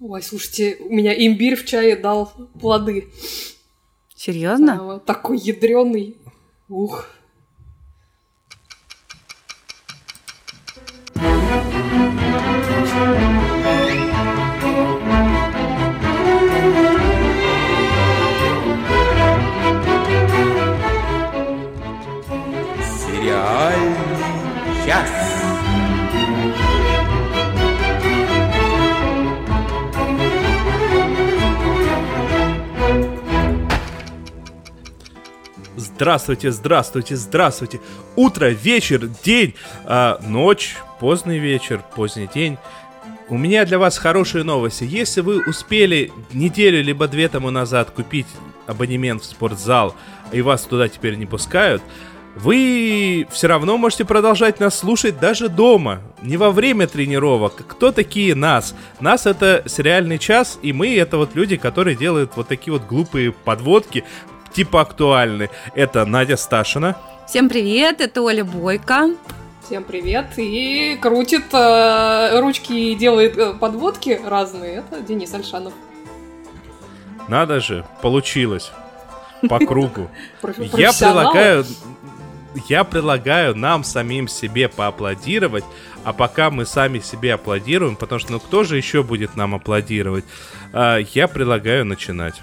Ой, слушайте, у меня имбирь в чае дал плоды. Серьезно? Такой ядреный. Ух. Сериальный час. Здравствуйте, здравствуйте, здравствуйте. Утро, вечер, день, ночь, поздний вечер, поздний день. У меня для вас хорошие новости. Если вы успели неделю либо две тому назад купить абонемент в спортзал, и вас туда теперь не пускают, вы все равно можете продолжать нас слушать даже дома, не во время тренировок. Кто такие нас? Нас — это сериальный час, и мы — это вот люди, которые делают вот такие вот глупые подводки, типа актуальны. Это Надя Сташина. Всем привет, это Оля Бойко. Всем привет. И крутит ручки и делает подводки разные. Это Денис Альшанов. Надо же, получилось. По кругу. Я предлагаю нам самим себе поаплодировать, а пока мы сами себе аплодируем, потому что кто же еще будет нам аплодировать, я предлагаю начинать.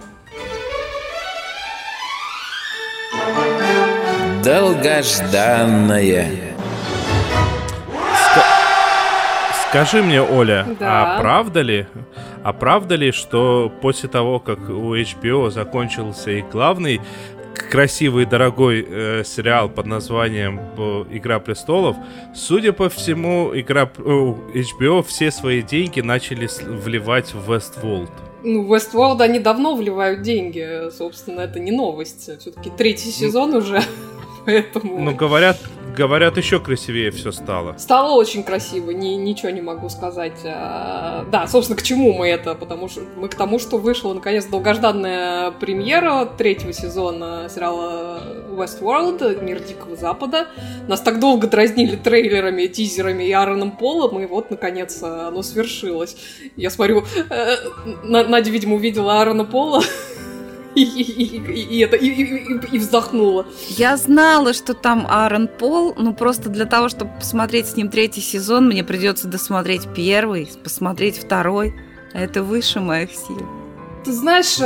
Долгожданное. Скажи мне, Оля, Да. а правда ли, что после того, как у HBO закончился и главный красивый и дорогой сериал под названием «Игра престолов», судя по всему, HBO все свои деньги начали вливать в Westworld? Ну, в Westworld они давно вливают деньги. Собственно, это не новость. Все-таки 3-й сезон уже. Поэтому... Ну, говорят, еще красивее все стало. Стало очень красиво, ничего не могу сказать. Да, собственно, к чему мы это? Потому что мы к тому, что вышла, наконец, долгожданная премьера 3-го сезона сериала Westworld, «Мир Дикого Запада». Нас так долго дразнили трейлерами, тизерами и Аароном Полом, и вот, наконец, оно свершилось. Я смотрю, Надя, видимо, увидела Аарона Пола, и вздохнула. Я знала, что там Аарон Пол, но просто для того, чтобы посмотреть с ним 3-й сезон, мне придется досмотреть 1-й, посмотреть 2-й. Это выше моих сил. Ты знаешь,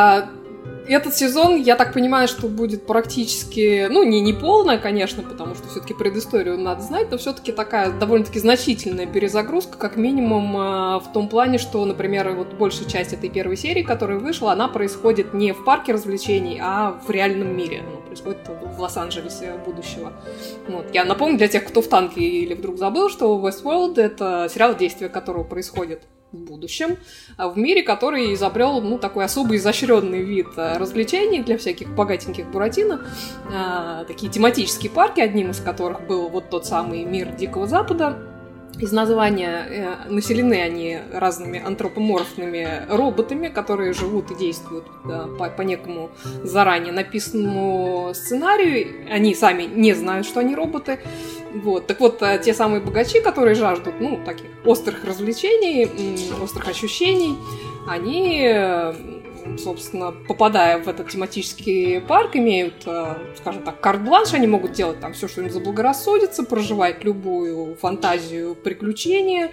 этот сезон, я так понимаю, что будет практически, ну, не полная, конечно, потому что все-таки предысторию надо знать, но все-таки такая довольно-таки значительная перезагрузка, как минимум в том плане, что, например, вот большая часть этой первой серии, которая вышла, она происходит не в парке развлечений, а в реальном мире. Она происходит в Лос-Анджелесе будущего. Вот. Я напомню для тех, кто в танке или вдруг забыл, что Westworld — это сериал, действие которого происходит в будущем, в мире, который изобрел, ну, такой особый изощренный вид развлечений для всяких богатеньких буратино. Такие тематические парки, одним из которых был вот тот самый «Мир Дикого Запада». Из названия населены они разными антропоморфными роботами, которые живут и действуют по некому заранее написанному сценарию. Они сами не знают, что они роботы. Вот. Так вот, те самые богачи, которые жаждут, ну, таких острых развлечений, острых ощущений, они, собственно, попадая в этот тематический парк, имеют, скажем так, карт-бланш, они могут делать там все, что им заблагорассудится, проживать любую фантазию приключения,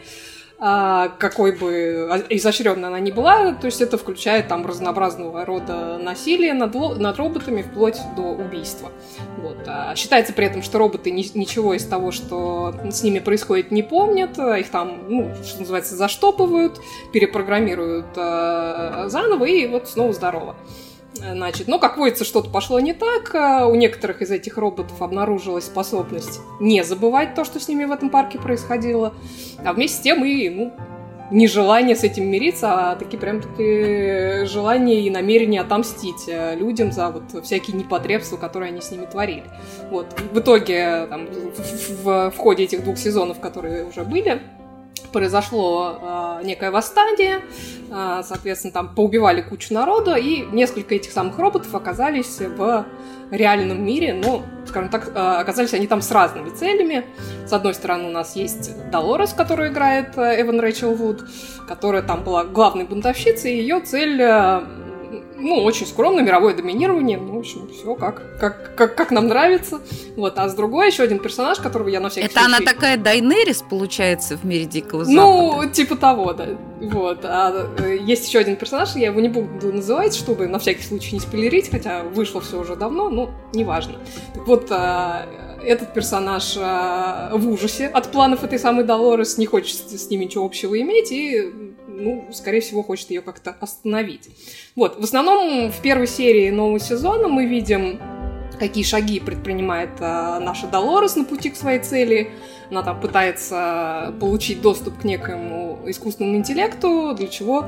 какой бы изощренной она ни была, то есть это включает там разнообразного рода насилие над роботами вплоть до убийства. Вот. Считается при этом, что роботы ничего из того, что с ними происходит, не помнят, их там, ну, что называется, заштопывают, перепрограммируют заново, и вот снова здорово. Значит, но, как водится, что-то пошло не так. У некоторых из этих роботов обнаружилась способность не забывать то, что с ними в этом парке происходило. А вместе с тем и, ну, нежелание с этим мириться, а такие прям-таки желания и намерения отомстить людям за вот всякие непотребства, которые они с ними творили. Вот. В итоге, там, в ходе этих 2 сезонов, которые уже были, произошло некое восстание, соответственно, там поубивали кучу народа, и несколько этих самых роботов оказались в реальном мире, но, скажем так, оказались они там с разными целями. С одной стороны, у нас есть Долорес, которую играет Эван Рэйчел Вуд, которая там была главной бунтовщицей, и ее цель... очень скромно, мировое доминирование, в общем, все как нам нравится. Вот, а с другой еще один персонаж, которого я на всякий случай... Это она такая Дайнерис, получается, в мире Дикого Запада? Типа того, да. Вот. А есть еще один персонаж, я его не буду называть, чтобы на всякий случай не спойлерить, хотя вышло все уже давно, но неважно. Так вот, этот персонаж в ужасе от планов этой самой Долорес, не хочет с ним ничего общего иметь, и, скорее всего, хочет ее как-то остановить. Вот, в основном в первой серии нового сезона мы видим, какие шаги предпринимает наша Долорес на пути к своей цели. Она там пытается получить доступ к некоему искусственному интеллекту, для чего,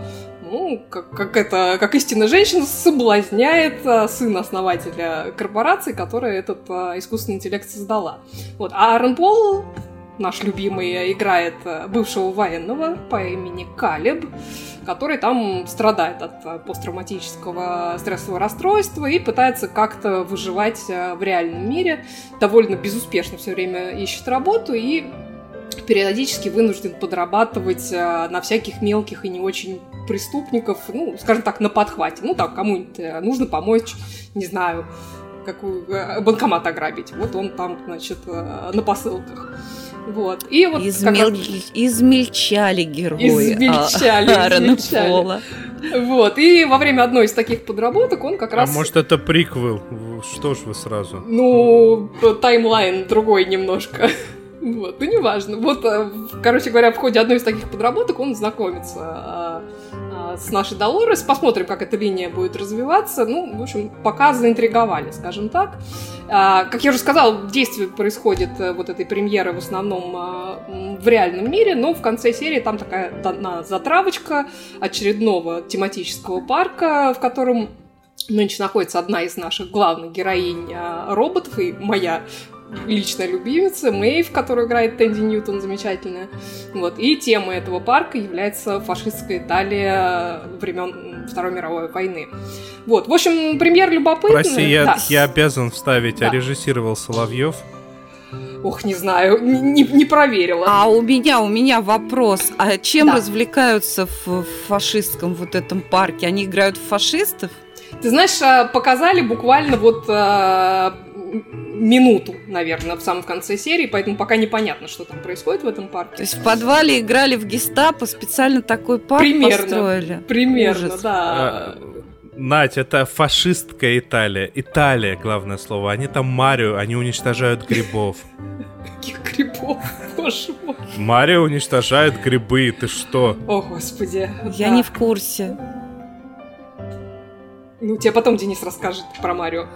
как истинная женщина, соблазняет сына основателя корпорации, которая этот искусственный интеллект создала. Вот. А Аарон Пол, наш любимый, играет бывшего военного по имени Калеб, который там страдает от посттравматического стрессового расстройства и пытается как-то выживать в реальном мире. Довольно безуспешно все время ищет работу и периодически вынужден подрабатывать на всяких мелких и не очень преступников, скажем так, на подхвате. Кому-нибудь нужно помочь, не знаю, банкомат ограбить. Вот он там, значит, на посылках. Вот. И вот измельчали герои Аарона Пола. Вот. И во время одной из таких подработок он как раз... А может, это приквел? Что ж вы сразу? Таймлайн другой немножко. Вот, неважно. Вот, короче говоря, в ходе одной из таких подработок он знакомится с нашей Долорес. Посмотрим, как эта линия будет развиваться. В общем, пока заинтриговали, скажем так. Как я уже сказала, действие происходит вот этой премьеры в основном в реальном мире, но в конце серии там такая затравочка очередного тематического парка, в котором нынче находится одна из наших главных героинь роботов, и моя личная любимица Мэйв, которую играет Тэнди Ньютон, замечательная. Вот. И темой этого парка является фашистская Италия времен Второй мировой войны. Вот. В общем, премьер любопытный. Прости, я обязан вставить, а режиссировал Соловьев? Ох, не знаю, не проверила. А у меня вопрос. А чем развлекаются в фашистском вот этом парке? Они играют в фашистов? Ты знаешь, показали буквально минуту, наверное, в самом конце серии, поэтому пока непонятно, что там происходит в этом парке. То есть в подвале играли в гестапо, специально такой парк построили? Примерно, да. Надь, это фашистская Италия. Италия, главное слово. Они там Марио, они уничтожают грибов. Каких грибов? Боже мой. Марио уничтожает грибы, ты что? О, Господи. Я не в курсе. Тебе потом Денис расскажет про Марио.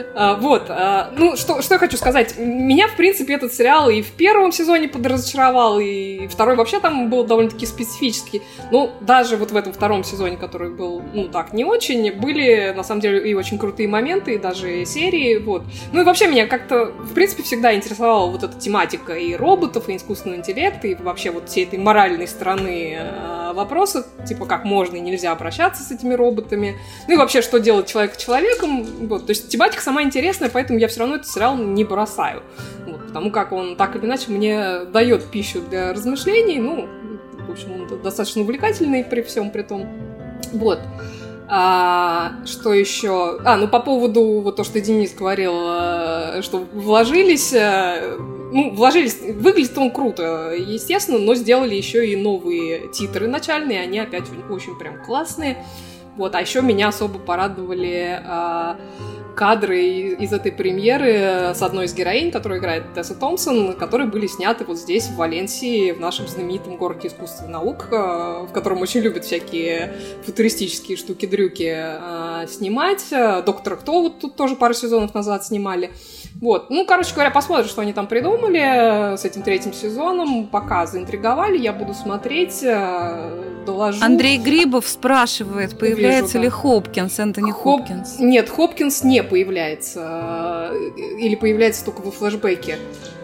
Что я хочу сказать. Меня, в принципе, этот сериал и в первом сезоне подразочаровал, и второй вообще там был довольно-таки специфический. Даже вот в этом втором сезоне, который был, не очень, были, на самом деле, и очень крутые моменты, и даже серии, вот. И вообще меня как-то, в принципе, всегда интересовала вот эта тематика и роботов, и искусственного интеллекта, и вообще вот всей этой моральной стороны вопроса, типа, как можно и нельзя обращаться с этими роботами. И вообще, что делать человека человеком. Вот. То есть тематика сама интересная, поэтому я все равно этот сериал не бросаю. Вот. Потому как он так или иначе мне дает пищу для размышлений. В общем, он достаточно увлекательный при всем при том. Вот. Что еще? По поводу вот то, что Денис говорил, что вложились, выглядит он круто, естественно, но сделали еще и новые титры начальные, они опять очень прям классные. Вот, а еще меня особо порадовали кадры из этой премьеры с одной из героинь, которую играет Тесса Томпсон, которые были сняты вот здесь, в Валенсии, в нашем знаменитом городе искусств и наук, в котором очень любят всякие футуристические штуки-дрюки снимать. «Доктора Кто» вот тут тоже пару сезонов назад снимали. Вот. Короче говоря, посмотрим, что они там придумали с этим третьим сезоном. Пока заинтриговали, я буду смотреть, доложу. Андрей Грибов спрашивает, появляется ли Хопкинс, Энтони Хопкинс. Нет, Хопкинс не появляется. Или появляется только во флешбеке.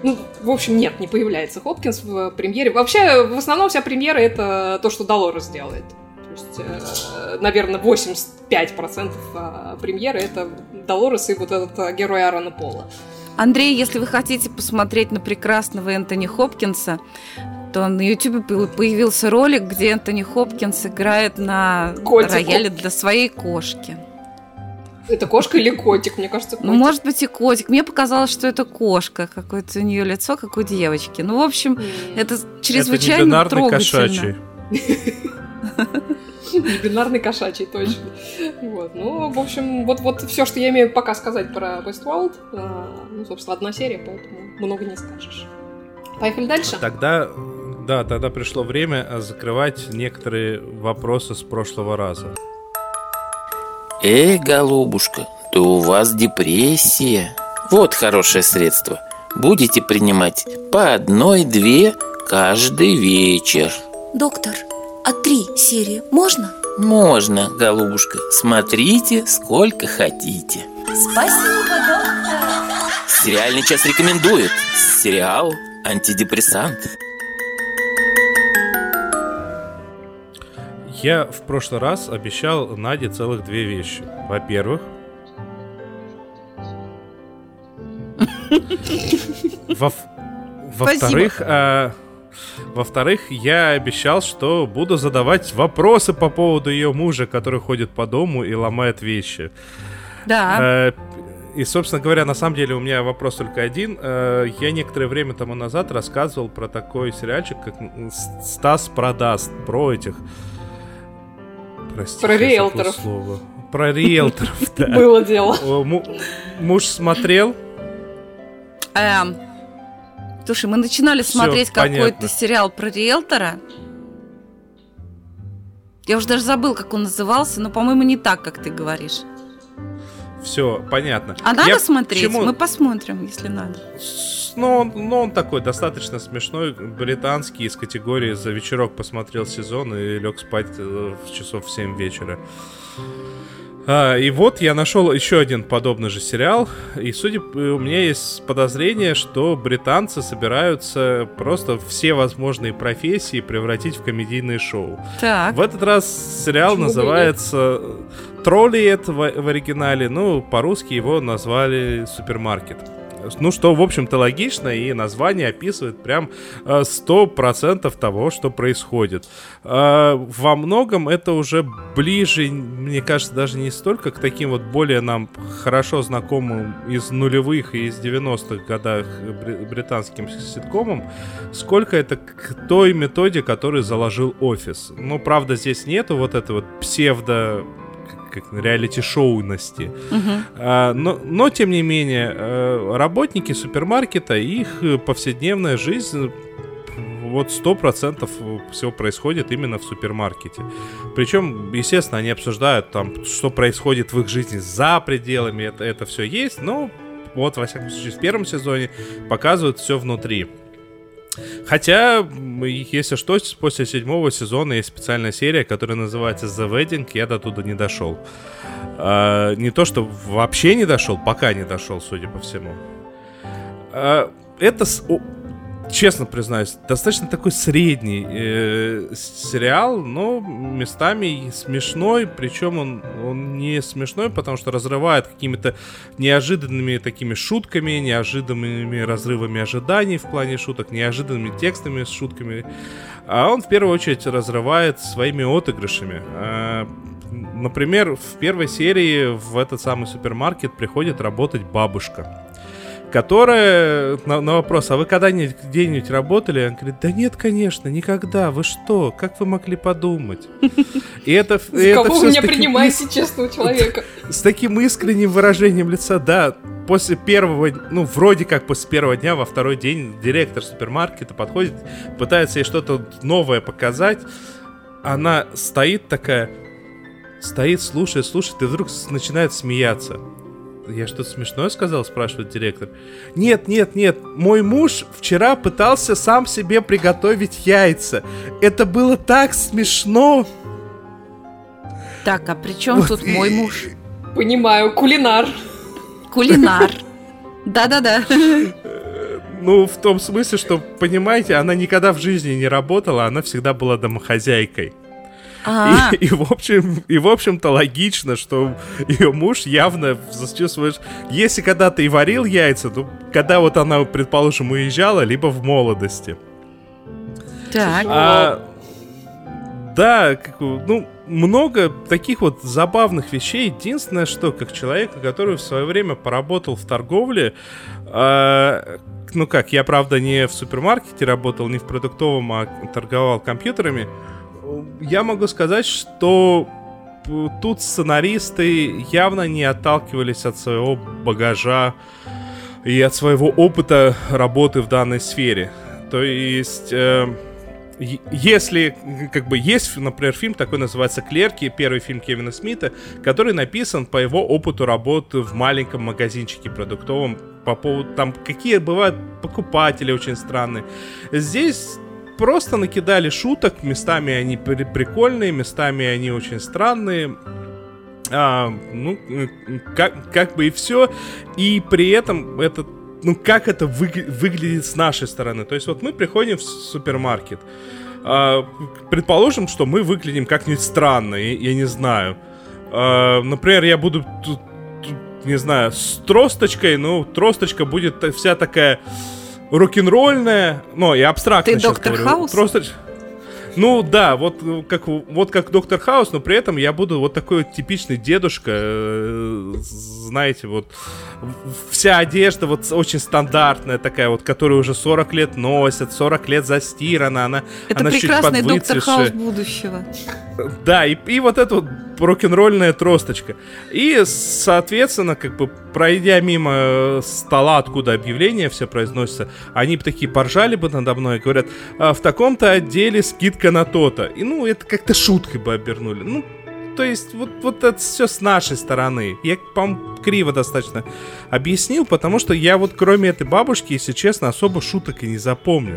Ну, в общем, нет, не появляется Хопкинс в премьере. Вообще, в основном вся премьера — это то, что Долорес делает. То есть, наверное, 85% премьеры — это Долорес и вот этот герой Аарона Пола. Андрей, если вы хотите посмотреть на прекрасного Энтони Хопкинса, то на YouTube появился ролик, где Энтони Хопкинс играет на рояле для своей кошки. Это кошка или котик? Мне кажется, котик. Ну, может быть, и котик. Мне показалось, что это кошка. Какое-то у нее лицо, как у девочки. Ну, в общем, это чрезвычайно это трогательно. Бинарный кошачий, точно. Вот. Ну, в общем, вот все, что я имею пока сказать про Westworld. Ну, собственно, одна серия, поэтому много не скажешь. Поехали дальше? Тогда пришло время закрывать некоторые вопросы с прошлого раза. Голубушка, да у вас депрессия. Вот хорошее средство. Будете принимать по 1-2 каждый вечер. Доктор, а 3 серии можно? Можно, голубушка. Смотрите, сколько хотите. Спасибо, доктор. Сериальный час рекомендует. Сериал «Антидепрессант». Я в прошлый раз обещал Наде целых 2 вещи. Во-первых, во-вторых, я обещал, что буду задавать вопросы по поводу ее мужа, который ходит по дому и ломает вещи. Да. И, собственно говоря, на самом деле у меня вопрос только один. Я некоторое время тому назад рассказывал про такой сериальчик, как «Стас продаст», про этих... Простите, про риэлторов. Про риэлторов, да. Было дело. Муж смотрел? Слушай, мы начинали смотреть какой-то сериал про риэлтора. Я уже даже забыл, как он назывался, но, по-моему, не так, как ты говоришь. Все, понятно. А надо смотреть? Мы посмотрим, если надо. Ну, он такой достаточно смешной, британский, из категории «За вечерок посмотрел сезон и лег спать в часов в 7 вечера». И вот я нашел еще один подобный же сериал, и у меня есть подозрение, что британцы собираются просто все возможные профессии превратить в комедийное шоу. Так. В этот раз сериал называется «Троллиет» в оригинале, ну, по-русски его назвали «Супермаркет». Ну, что, в общем-то, логично, и название описывает прям 100% того, что происходит. Во многом это уже ближе, мне кажется, даже не столько к таким вот более нам хорошо знакомым из нулевых и из 90-х годах британским ситкомам, сколько это к той методе, которую заложил «Офис». Ну, правда, здесь нету вот этой вот псевдо... как реалити-шоуности. Но, тем не менее, работники супермаркета, их повседневная жизнь, вот 100% всего происходит именно в супермаркете. Причем, естественно, они обсуждают, там, что происходит в их жизни за пределами, это все есть, но вот, во всяком случае, в первом сезоне показывают все внутри. Хотя, если что, после 7-го сезона есть специальная серия, которая называется The Wedding, я до туда не дошел. Не то, что вообще не дошел, пока не дошел, судя по всему. Это, честно признаюсь, достаточно такой средний сериал, но местами смешной, причем он не смешной, потому что разрывает какими-то неожиданными такими шутками, неожиданными разрывами ожиданий в плане шуток, неожиданными текстами с шутками, а он в первую очередь разрывает своими отыгрышами. Например, в первой серии в этот самый супермаркет приходит работать бабушка, которая на вопрос: а вы когда-нибудь где-нибудь работали? Она говорит: да нет, конечно, никогда. Вы что? Как вы могли подумать? И это кого вы меня принимаете, честного человека? С таким искренним выражением лица, да. После первого, ну, вроде как после первого дня, во второй день директор супермаркета подходит, пытается ей что-то новое показать. Она стоит такая, слушает, и вдруг начинает смеяться. Я что-то смешное сказал, спрашивает директор. Нет, мой муж вчера пытался сам себе приготовить яйца. Это было так смешно. Так, а при чем тут мой муж? Понимаю, кулинар. Да-да-да. Ну, в том смысле, что, понимаете, она никогда в жизни не работала, она всегда была домохозяйкой. И в общем-то логично, что ее муж явно чувствует, если когда-то и варил яйца, то когда вот она, предположим, уезжала, либо в молодости. Так. Да, ну, много таких вот забавных вещей. Единственное, что как человека, который в свое время поработал в торговле, ну как, я, правда, не в супермаркете работал, не в продуктовом, а торговал компьютерами, я могу сказать, что тут сценаристы явно не отталкивались от своего багажа и от своего опыта работы в данной сфере. То есть, если, как бы, есть, например, фильм такой, называется «Клерки», первый фильм Кевина Смита, который написан по его опыту работы в маленьком магазинчике продуктовом, по поводу, там, какие бывают покупатели очень странные. Здесь просто накидали шуток, местами они прикольные, местами они очень странные. Ну, как бы и все. И при этом это, ну, как это выглядит с нашей стороны. То есть вот мы приходим в супермаркет. Предположим, что мы выглядим как-нибудь странно, я не знаю. Например, я буду тут, не знаю, с тросточкой, ну, тросточка будет вся такая рок-н-ролльная, ну, и абстрактно. Ты Доктор Хаус? Ну да, вот как Доктор Хаус, но при этом я буду вот такой вот типичный дедушка, знаете, вот вся одежда вот очень стандартная такая вот, которую уже 40 лет носят, 40 лет застирана, она прекрасный Доктор Хаус будущего. Да, и вот эта вот рок-н-ролльная тросточка. И, соответственно, как бы пройдя мимо стола, откуда объявление все произносится, они бы такие поржали бы надо мной и говорят: в таком-то отделе скидка на то-то. И, ну, это как-то шуткой бы обернули. Ну, то есть, вот это все с нашей стороны. Я, по-моему, криво достаточно объяснил, потому что я вот, кроме этой бабушки, если честно, особо шуток и не запомнил.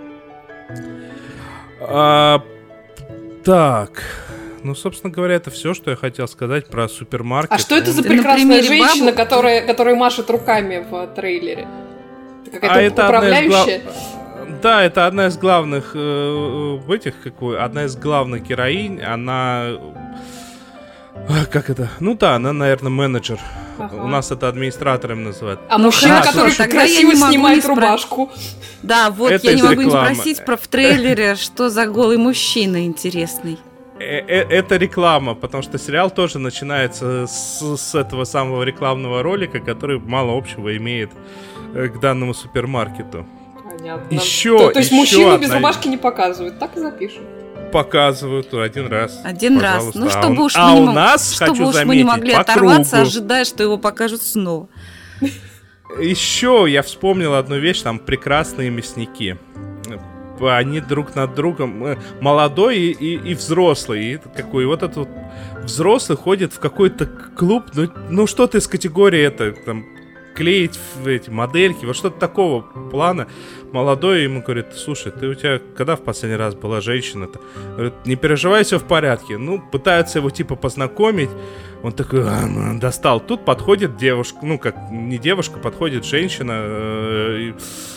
Так, ну, собственно говоря, это все, что я хотел сказать про супермаркет. А что это за прекрасная женщина, которая машет руками в трейлере? Это какая-то управляющая? Да, это одна из главных одна из главных героинь. Она, как это? Ну да, она, наверное, менеджер. Ага. У нас это администратором называют. А мужчина, который красиво снимает рубашку. Да, вот это я не могу не спросить в трейлере, что за голый мужчина интересный. Это реклама, потому что сериал тоже начинается с этого самого рекламного ролика, который мало общего имеет к данному супермаркету. Понятно. То есть мужчину без рубашки не показывают, так и запишем. Показывают один раз. Один раз. Ну, чтобы уж мы не могли оторваться, ожидая, что его покажут снова. Еще я вспомнил одну вещь, там прекрасные мясники. Они друг над другом, молодой и взрослый. И какой вот этот вот взрослый ходит в какой-то клуб, ну что-то из категории это, там, клеить в эти модельки, вот что-то такого плана. Молодой ему говорит: слушай, у тебя когда в последний раз была женщина-то? Говорит: не переживай, все в порядке. Ну, пытаются его типа познакомить. Он такой достал. Тут подходит девушка, ну как, не девушка, подходит женщина.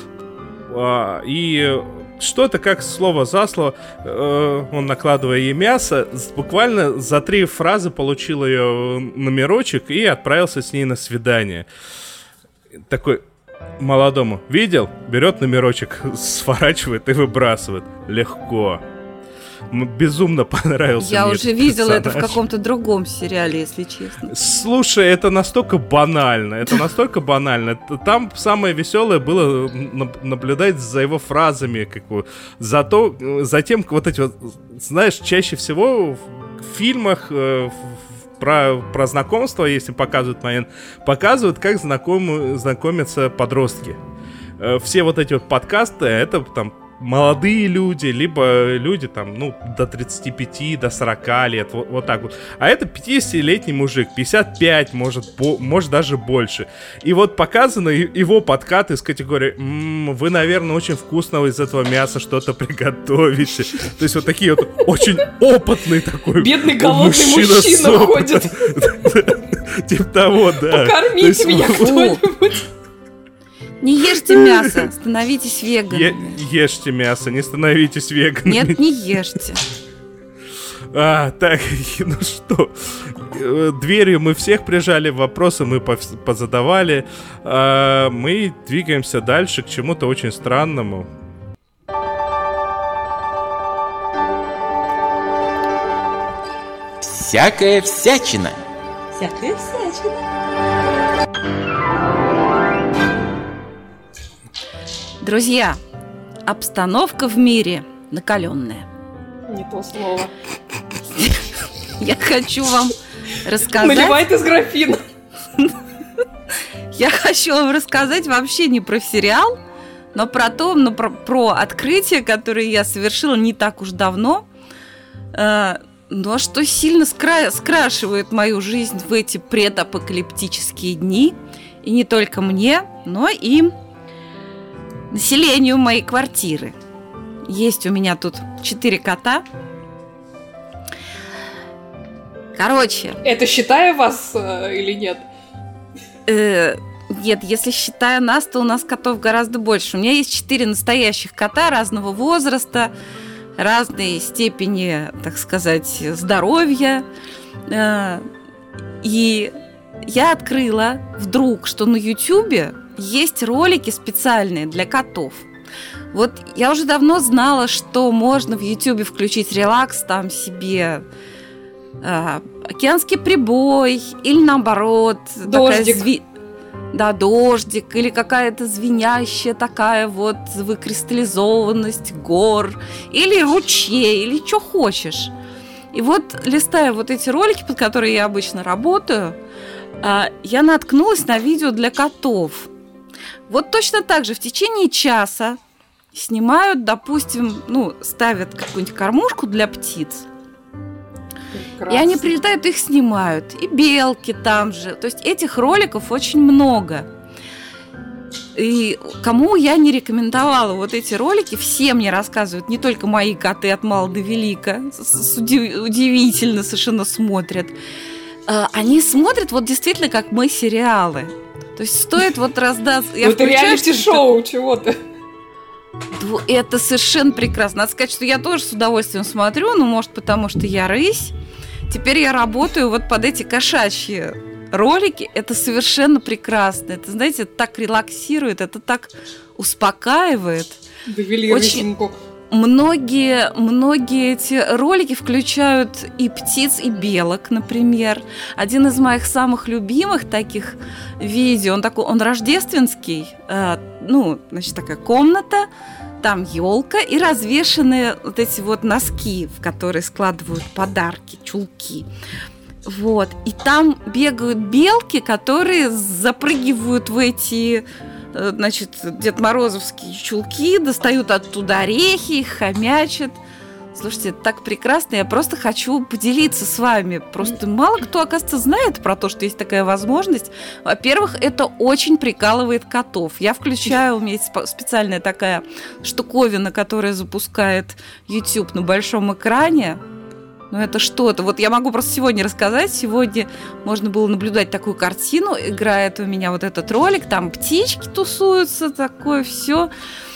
И что-то как слово за слово, он, накладывая ей мясо, буквально за 3 фразы получил ее номерочек и отправился с ней на свидание. Такой молодому: видел? Берет номерочек, сворачивает и выбрасывает. Легко. Безумно понравился. Я уже видела это в каком-то другом сериале, если честно. Слушай, это настолько банально. Там самое веселое было наблюдать за его фразами, затем вот эти вот, знаешь, чаще всего в фильмах про знакомство, если показывают момент, показывают, как знакомятся подростки. Все вот эти вот подкасты, это там молодые люди, либо люди там, ну, до 35, до 40 лет, вот так вот. А это 50-летний мужик, 55, может даже больше. И вот показаны его подкаты из категории: вы, наверное, очень вкусно из этого мяса что-то приготовите. То есть вот такие вот очень опытный такой бедный голодный мужчина ходит. Типа того, да. Покормите меня кто-нибудь. Не ешьте мясо, становитесь веганами. Ешьте мясо, не становитесь веганами. Нет, не ешьте. Так, ну что, дверью мы всех прижали, вопросы мы позадавали, мы двигаемся дальше к чему-то очень странному. Всякая всячина. Всякая всячина. Друзья, обстановка в мире накаленная. Не то слово. Я хочу вам рассказать... Наливает из графина. Я хочу вам рассказать вообще не про сериал, но про открытие, которое я совершила не так уж давно, но что сильно скрашивает мою жизнь в эти предапокалиптические дни. И не только мне, но и населению моей квартиры. Есть у меня тут 4 кота. Короче. Это считая вас или нет? Нет, если считая нас, то у нас котов гораздо больше. У меня есть 4 настоящих кота разного возраста, разной степени, так сказать, здоровья. И я открыла вдруг, что на Ютубе есть ролики специальные для котов. Вот я уже давно знала, что можно в Ютубе включить релакс, там себе океанский прибой или наоборот дождик. Дождик или какая-то звенящая такая вот выкристаллизованность гор или ручей, или что хочешь. И вот, листая вот эти ролики, под которые я обычно работаю, я наткнулась на видео для котов. Вот точно так же в течение часа снимают, допустим, ставят какую-нибудь кормушку для птиц. Прекрасно. И они прилетают, их снимают. И белки там же. То есть этих роликов очень много. И кому я не рекомендовала вот эти ролики, все мне рассказывают, не только мои коты от мала до велика, удивительно совершенно смотрят. Они смотрят вот действительно, как мы, сериалы. То есть стоит вот раздаться... Это реалити-шоу, чего-то. Это совершенно прекрасно. Надо сказать, что я тоже с удовольствием смотрю, может, потому что я рысь. Теперь я работаю вот под эти кошачьи ролики. Это совершенно прекрасно. Это, знаете, это так релаксирует, это так успокаивает. Довели рысинку. Многие эти ролики включают и птиц, и белок, например. Один из моих самых любимых таких видео, он рождественский. Значит, такая комната, там елка и развешенные вот эти вот носки, в которые складывают подарки, чулки. Вот. И там бегают белки, которые запрыгивают в эти... Значит, Дед Морозовские чулки, достают оттуда орехи, их хомячат. Слушайте, это так прекрасно, я просто хочу поделиться с вами. Просто мало кто, оказывается, знает про то, что есть такая возможность. Во-первых, это очень прикалывает котов. Я включаю, у меня есть специальная такая штуковина, которая запускает YouTube на большом экране. Это что-то. Вот я могу просто сегодня рассказать. Сегодня можно было наблюдать такую картину. Играет у меня вот этот ролик. Там птички тусуются, такое все.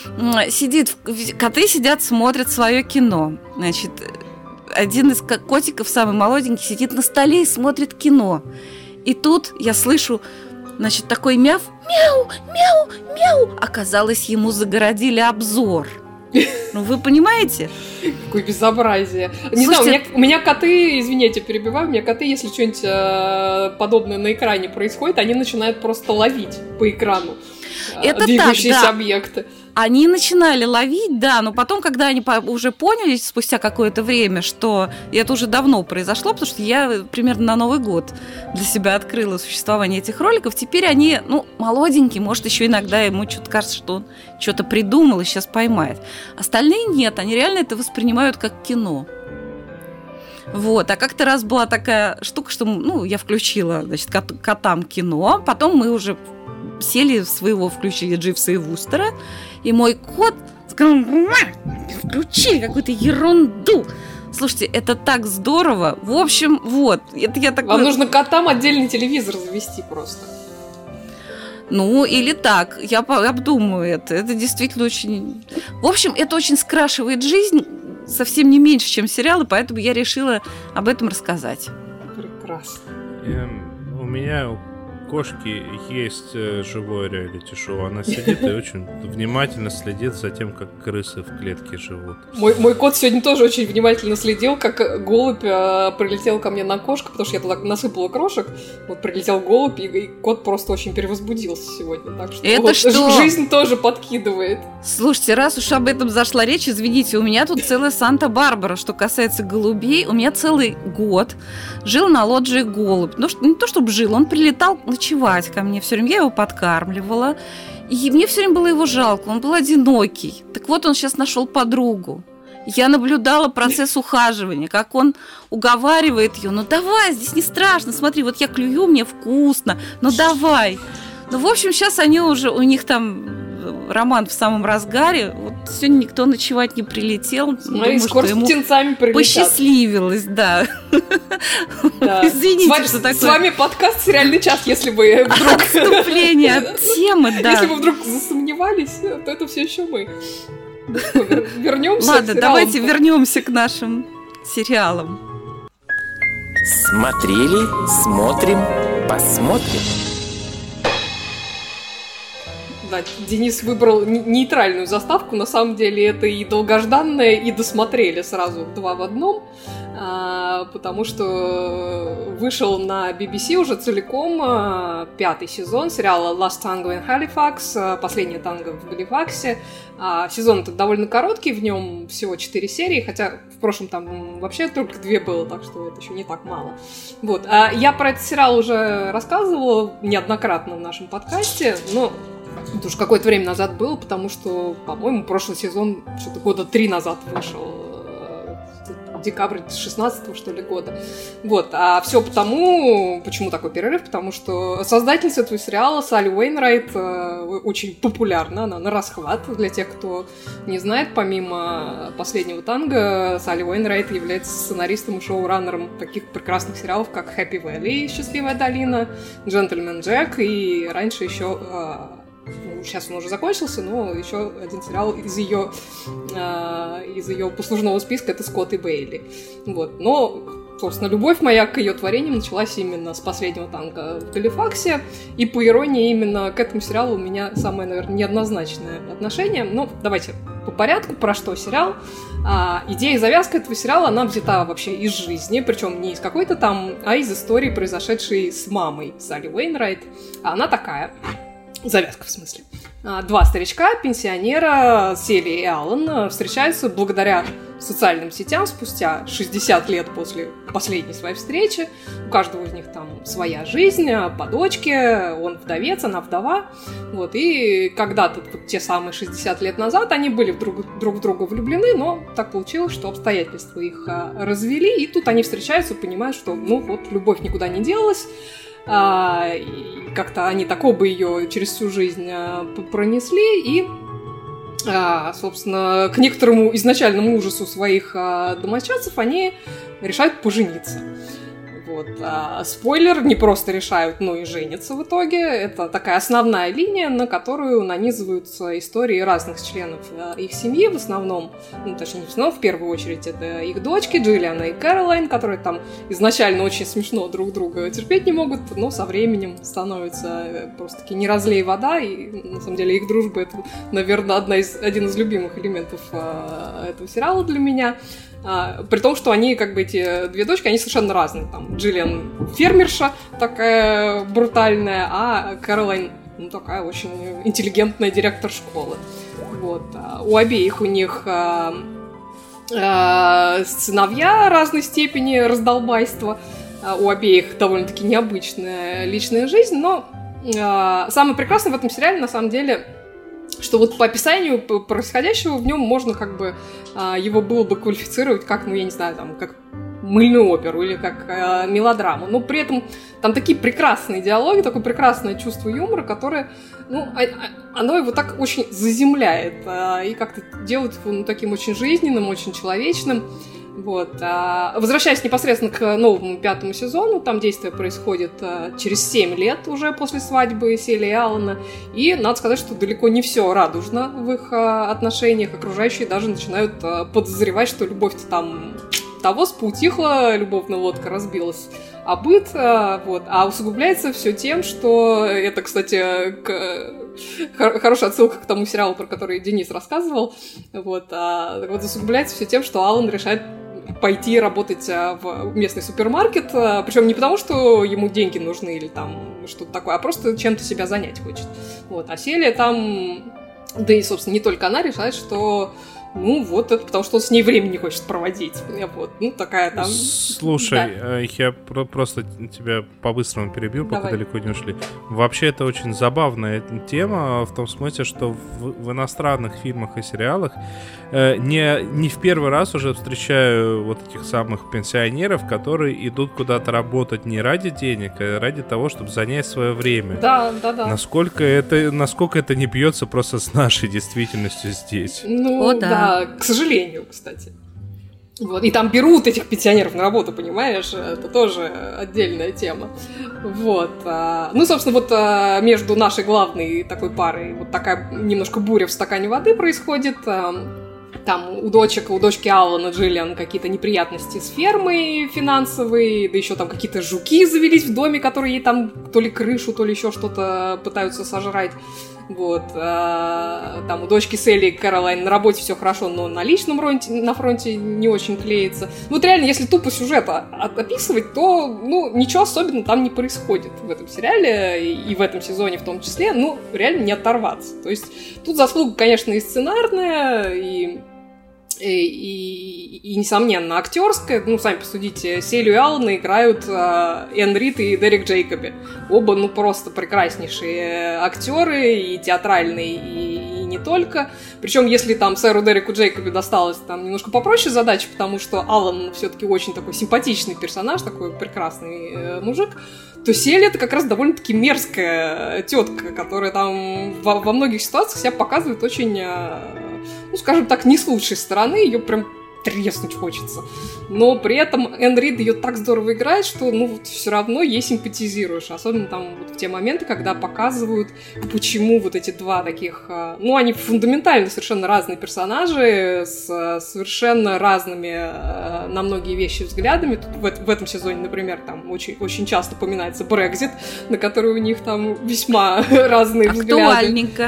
Коты сидят, смотрят свое кино. Значит, один из котиков, самый молоденький, сидит на столе и смотрит кино. И тут я слышу, значит, такой мяв. Мяу, мяу, мяу. Оказалось, ему загородили обзор. Вы понимаете? Какое безобразие. Не знаю, у меня коты, извините, перебиваю, у меня коты, если что-нибудь подобное на экране происходит, они начинают просто ловить по экрану двигающиеся объекты. Они начинали ловить, да, но потом, когда они уже поняли, спустя какое-то время, что это уже давно произошло, потому что я примерно на Новый год для себя открыла существование этих роликов, теперь они, молоденькие, может, еще иногда ему что-то кажется, что он что-то придумал и сейчас поймает. Остальные нет, они реально это воспринимают как кино. Вот, а как-то раз была такая штука, что, я включила, значит, котам кино, потом мы уже сели включили Дживса и Вустера, и мой кот сказал: включили какую-то ерунду. Слушайте, это так здорово. В общем, вот. Это я такой... Вам нужно котам отдельный телевизор завести просто. Ну, или так, я обдумаю это. Это действительно очень... В общем, это очень скрашивает жизнь, совсем не меньше, чем сериалы, поэтому я решила об этом рассказать. Прекрасно. У меня у кошки есть живое реалити-шоу. Она сидит и очень внимательно следит за тем, как крысы в клетке живут. Мой кот сегодня тоже очень внимательно следил, как голубь прилетел ко мне на кошку, потому что я туда насыпала крошек. Вот прилетел голубь, и кот просто очень перевозбудился сегодня. Так что, это вот, что? Жизнь тоже подкидывает. Слушайте, раз уж об этом зашла речь, извините, у меня тут целая Санта-Барбара, что касается голубей. У меня целый год жил на лоджии голубь. Ну, не то чтобы жил, он прилетал ночевать ко мне все время, я его подкармливала, и мне все время было его жалко, он был одинокий. Так вот, он сейчас нашел подругу. Я наблюдала процесс ухаживания, как он уговаривает ее, ну давай, здесь не страшно, смотри, вот я клюю, мне вкусно, ну давай. Ну, в общем, сейчас они уже, у них там роман в самом разгаре, вот сегодня никто ночевать не прилетел. Смотри, скоро с птенцами прилетят. Посчастливилось, да. Да. Извините, что такое. С вами подкаст «Сериальный час», если вы вдруг... Отступление от темы, да. Если вы вдруг засомневались, то это все еще мы. Вернемся. Ладно, давайте вернемся к нашим сериалам. Смотрели, смотрим, посмотрим. Да, Денис выбрал нейтральную заставку. На самом деле это и долгожданное, и досмотрели сразу два в одном. Потому что вышел на BBC уже целиком 5-й сезон сериала Last Tango in Halifax, последняя танго в Галифаксе. Сезон этот довольно короткий, в нем всего 4 серии, хотя в прошлом там вообще только 2 было, так что это еще не так мало. Вот. Я про этот сериал уже рассказывала неоднократно в нашем подкасте, но это уж какое-то время назад было, потому что, по-моему, прошлый сезон что-то года 3 назад вышел. Декабрь 16-го, что ли, года. Вот. А все потому, почему такой перерыв? Потому что создательница этого сериала Салли Уэйнрайт очень популярна, она на расхват. Для тех, кто не знает, помимо «Последнего танго», Салли Уэйнрайт является сценаристом и шоураннером таких прекрасных сериалов, как «Happy Valley», «Счастливая долина», «Джентльмен Джек» и раньше еще... сейчас он уже закончился, но еще один сериал из ее послужного списка — это «Скотт и Бейли». Вот. Но, собственно, любовь моя к ее творениям началась именно с «Последнего танго в Галифаксе, и, по иронии, именно к этому сериалу у меня самое, наверное, неоднозначное отношение. Но давайте по порядку, про что сериал. Идея и завязка этого сериала, она взята вообще из жизни, причем не из какой-то там, а из истории, произошедшей с мамой Салли Уэйнрайт. Она такая... Завязка, в смысле. 2 старичка, пенсионера, Селли и Аллен, встречаются благодаря социальным сетям спустя 60 лет после последней своей встречи. У каждого из них там своя жизнь, по дочке, он вдовец, она вдова. Вот. И когда-то, те самые 60 лет назад, они были друг в друга влюблены, но так получилось, что обстоятельства их развели, и тут они встречаются, понимают, что, ну вот, любовь никуда не делась. И как-то они так оба ее через всю жизнь пронесли, и, собственно, к некоторому изначальному ужасу своих домочадцев они решают пожениться. Вот. Спойлер, не просто решают, но и женятся в итоге. Это такая основная линия, на которую нанизываются истории разных членов их семьи, в основном, ну, точнее, не в основном, в первую очередь, это их дочки, Джиллиана и Кэролайн, которые там изначально очень смешно друг друга терпеть не могут, но со временем становятся просто-таки не разлей вода, и, на самом деле, их дружба — это, наверное, один из любимых элементов этого сериала для меня. При том, что они, как бы, эти две дочки, они совершенно разные. Там Джиллиан фермерша такая брутальная, а Кэролайн, ну, такая очень интеллигентная директор школы. Вот. У обеих у них сыновья разной степени раздолбайства. У обеих довольно-таки необычная личная жизнь, но самое прекрасное в этом сериале, на самом деле, что вот по описанию происходящего в нем можно как бы его было бы квалифицировать как, ну, я не знаю, там, как мыльную оперу или как мелодраму, но при этом там такие прекрасные диалоги, такое прекрасное чувство юмора, которое, ну, оно его так очень заземляет и как-то делает его, ну, таким очень жизненным, очень человечным. Вот. Возвращаясь непосредственно к новому 5-му сезону, там действие происходит через 7 лет уже после свадьбы Селии и Алана, и надо сказать, что далеко не все радужно в их отношениях, окружающие даже начинают подозревать, что любовь-то там того поутихла, любовная лодка разбилась, а быт, вот, а усугубляется все тем, что это, кстати, хорошая отсылка к тому сериалу, про который Денис рассказывал, вот усугубляется все тем, что Алан решает пойти работать в местный супермаркет, причем не потому, что ему деньги нужны или там что-то такое, а просто чем-то себя занять хочет. Вот, а Селия там, да и, собственно, не только она решает, что ну, вот это потому, что он с ней время не хочет проводить. Вот, ну, такая там... Слушай, да. Я просто тебя по-быстрому перебью, пока далеко не ушли. Вообще, это очень забавная тема, в том смысле, что в иностранных фильмах и сериалах не в первый раз уже встречаю вот этих самых пенсионеров, которые идут куда-то работать не ради денег, а ради того, чтобы занять свое время. Да. Насколько это не бьется просто с нашей действительностью здесь. Ну, да. К сожалению, кстати. Вот. И там берут этих пенсионеров на работу, понимаешь? Это тоже отдельная тема. Вот. Ну, собственно, вот между нашей главной такой парой вот такая немножко буря в стакане воды происходит. Там у дочки Алана Джиллиан какие-то неприятности с фермой финансовые, да еще там какие-то жуки завелись в доме, которые ей там то ли крышу, то ли еще что-то пытаются сожрать. Вот. Там у дочки Селли Кэролайн на работе все хорошо, но на личном фронте не очень клеится. Вот реально, если тупо сюжет описывать, то ничего особенного там не происходит в этом сериале и в этом сезоне в том числе. Реально не оторваться. То есть тут заслуга, конечно, и сценарная, и несомненно, актерская. Сами посудите, Селию и Алана играют Энн Рид и Дерек Джейкоби. Оба, просто прекраснейшие актеры, и театральные, и не только. Причем, если там сэру Дереку Джейкоби досталось там немножко попроще задача, потому что Алан все-таки очень такой симпатичный персонаж, такой прекрасный мужик, то Селия — это как раз довольно-таки мерзкая тетка, которая там во многих ситуациях себя показывает очень... скажем так, не с лучшей стороны, ее прям треснуть хочется. Но при этом Энн Рид ее так здорово играет, что, все равно ей симпатизируешь. Особенно там вот в те моменты, когда показывают, почему вот эти два таких... они фундаментально совершенно разные персонажи, с совершенно разными на многие вещи взглядами. Тут в этом сезоне, например, там очень, очень часто упоминается Брексит, на который у них там весьма разные взгляды. Актуальненько.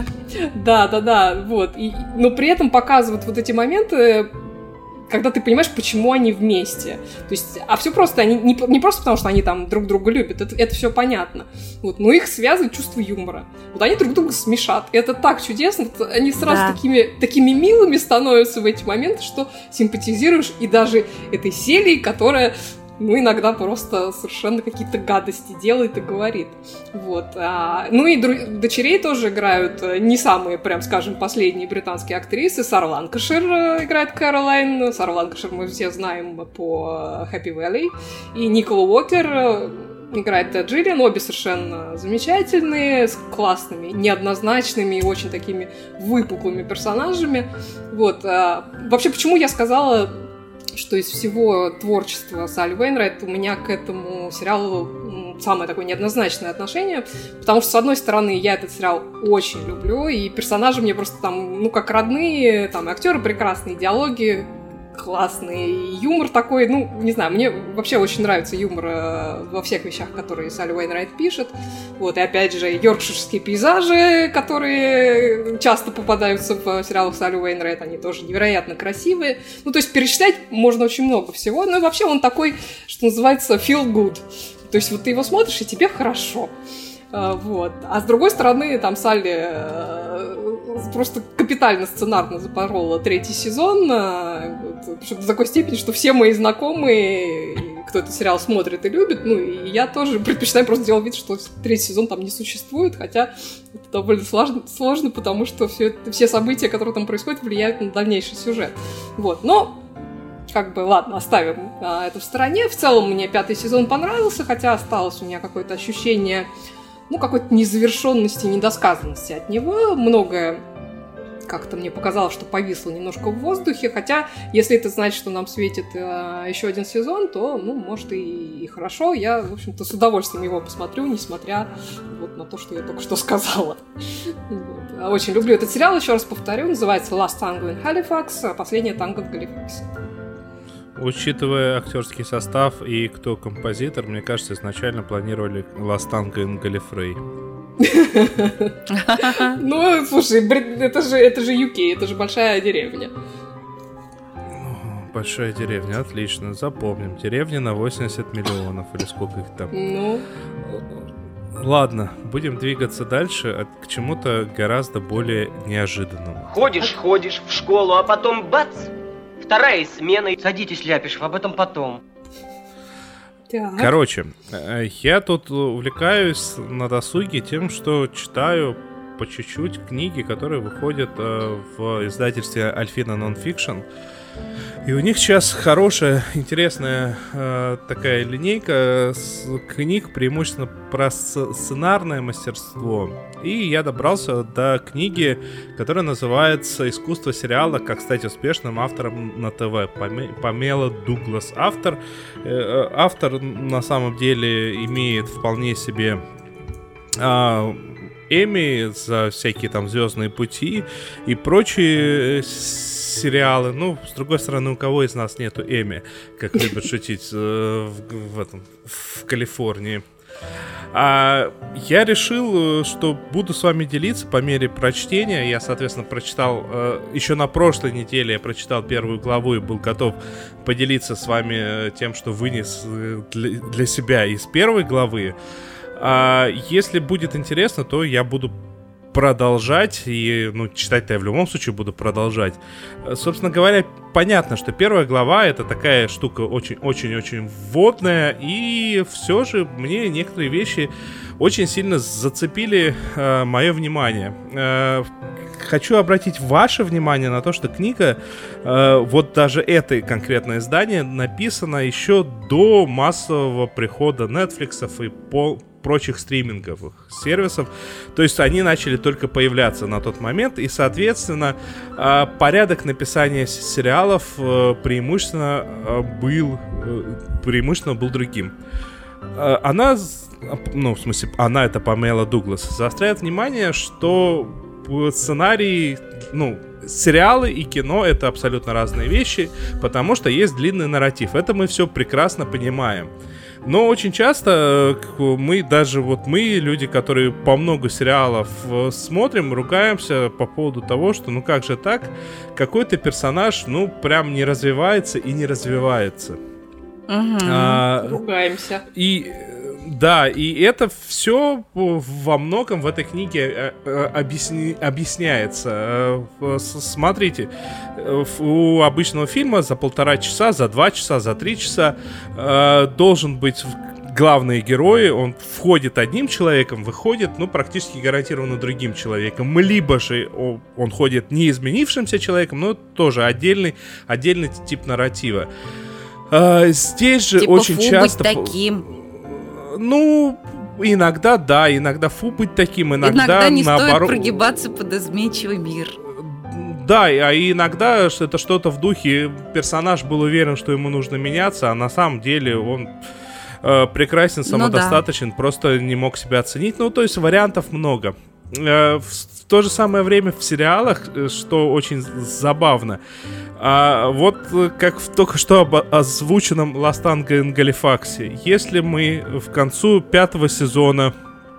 Да, вот. Но при этом показывают вот эти моменты, когда ты понимаешь, почему они вместе. То есть, а все просто, они не просто потому, что они там друг друга любят, это все понятно. Вот, но их связывает чувство юмора. Вот они друг друга смешат. И это так чудесно. Вот они сразу такими милыми становятся в эти моменты, что симпатизируешь и даже этой Селии, которая... иногда просто совершенно какие-то гадости делает и говорит. Вот. И дочерей тоже играют не самые, прям скажем, последние британские актрисы. Сара Ланкашир играет Кэролайн. Сара Ланкашир мы все знаем по Happy Valley. И Никола Уокер играет Джиллиан. Обе совершенно замечательные, с классными, неоднозначными и очень такими выпуклыми персонажами. Вот. Вообще, почему я сказала... что из всего творчества Салли Уэйнрайт у меня к этому сериалу самое такое неоднозначное отношение, потому что, с одной стороны, я этот сериал очень люблю, и персонажи мне просто там, как родные, там и актеры прекрасные, диалоги классные, и юмор такой, не знаю, мне вообще очень нравится юмор во всех вещах, которые Салли Уэйнрайт пишет. Вот, и опять же, йоркширские пейзажи, которые часто попадаются в сериалах Салли Уэйнрайт, они тоже невероятно красивые. То есть перечислять можно очень много всего, и вообще он такой, что называется, feel good. То есть вот ты его смотришь, и тебе хорошо. Вот. А с другой стороны, там Салли просто капитально сценарно запорола 3-й сезон, причем до такой степени, что все мои знакомые, кто этот сериал смотрит и любит, и я тоже предпочитаю просто делать вид, что 3-й сезон там не существует, хотя это довольно сложно, потому что все события, которые там происходят, влияют на дальнейший сюжет. Вот. Но ладно, оставим это в стороне. В целом мне 5-й сезон понравился, хотя осталось у меня какое-то ощущение, какой-то незавершенности, недосказанности от него. Многое как-то мне показалось, что повисло немножко в воздухе, хотя, если это значит, что нам светит еще один сезон, то, ну, может, и хорошо. Я, в общем-то, с удовольствием его посмотрю, несмотря вот на то, что я только что сказала. Вот. Очень люблю этот сериал, еще раз повторю, называется «Last Tango in Halifax», «Последнее танго в Галифаксе». Учитывая актерский состав и кто композитор, мне кажется, изначально планировали «Last Tango in Gallifrey». Ну, слушай, это же UK, это же большая деревня. Большая деревня, отлично, запомним. Деревня на 80 миллионов, или сколько их там. Ну... Ладно, будем двигаться дальше к чему-то гораздо более неожиданному. Ходишь в школу, а потом бац! Вторая смена. Садитесь, Ляпишев, об этом потом. Так. Короче, я тут увлекаюсь на досуге тем, что читаю по чуть-чуть книги, которые выходят в издательстве Альфина Nonfiction. И у них сейчас хорошая, интересная такая линейка книг, преимущественно про сценарное мастерство. И я добрался до книги, которая называется «Искусство сериала. Как стать успешным автором на ТВ». Памела Дуглас автор. Автор на самом деле имеет вполне себе... Эмми за всякие там «Звездные пути» и прочие сериалы. Ну, с другой стороны, у кого из нас нету Эмми, как любят шутить в Калифорнии. Я решил, что буду с вами делиться по мере прочтения. Я, соответственно, прочитал еще на прошлой неделе, я прочитал первую главу и был готов поделиться с вами тем, что вынес для себя из первой главы. Если будет интересно, то я буду продолжать. И, читать-то я в любом случае буду продолжать. Собственно говоря, понятно, что первая глава — это такая штука очень-очень-очень вводная. И все же мне некоторые вещи очень сильно зацепили мое внимание. Хочу обратить ваше внимание на то, что книга, вот даже это конкретное издание, написано еще до массового прихода Netflix и прочих стриминговых сервисов. То есть они начали только появляться на тот момент, и, соответственно, порядок написания сериалов преимущественно был другим. Она, она, это Памела Дуглас, заостряет внимание, что сценарий, сериалы и кино — это абсолютно разные вещи, потому что есть длинный нарратив. Это мы все прекрасно понимаем. Но очень часто мы, люди, которые по много сериалов смотрим, ругаемся по поводу того, что как же так, какой-то персонаж, прям не развивается и не развивается. Ругаемся. Да, и это все во многом в этой книге объясняется. Смотрите, у обычного фильма за 1,5 часа, за 2 часа, за 3 часа должен быть главный герой. Он входит одним человеком, выходит, практически гарантированно другим человеком. Либо же он ходит неизменившимся человеком, но тоже отдельный тип нарратива. Здесь же очень часто... быть таким. Иногда да, иногда быть таким, иногда не наоборот. Стоит прогибаться под изменчивый мир. Да, а иногда это что-то в духе, персонаж был уверен, что ему нужно меняться, а на самом деле он прекрасен, самодостаточен, просто не мог себя оценить. То есть вариантов много. В то же самое время в сериалах, что очень забавно, вот как в только что озвученном «Last Tango in Gallifrey», если мы в концу 5-го сезона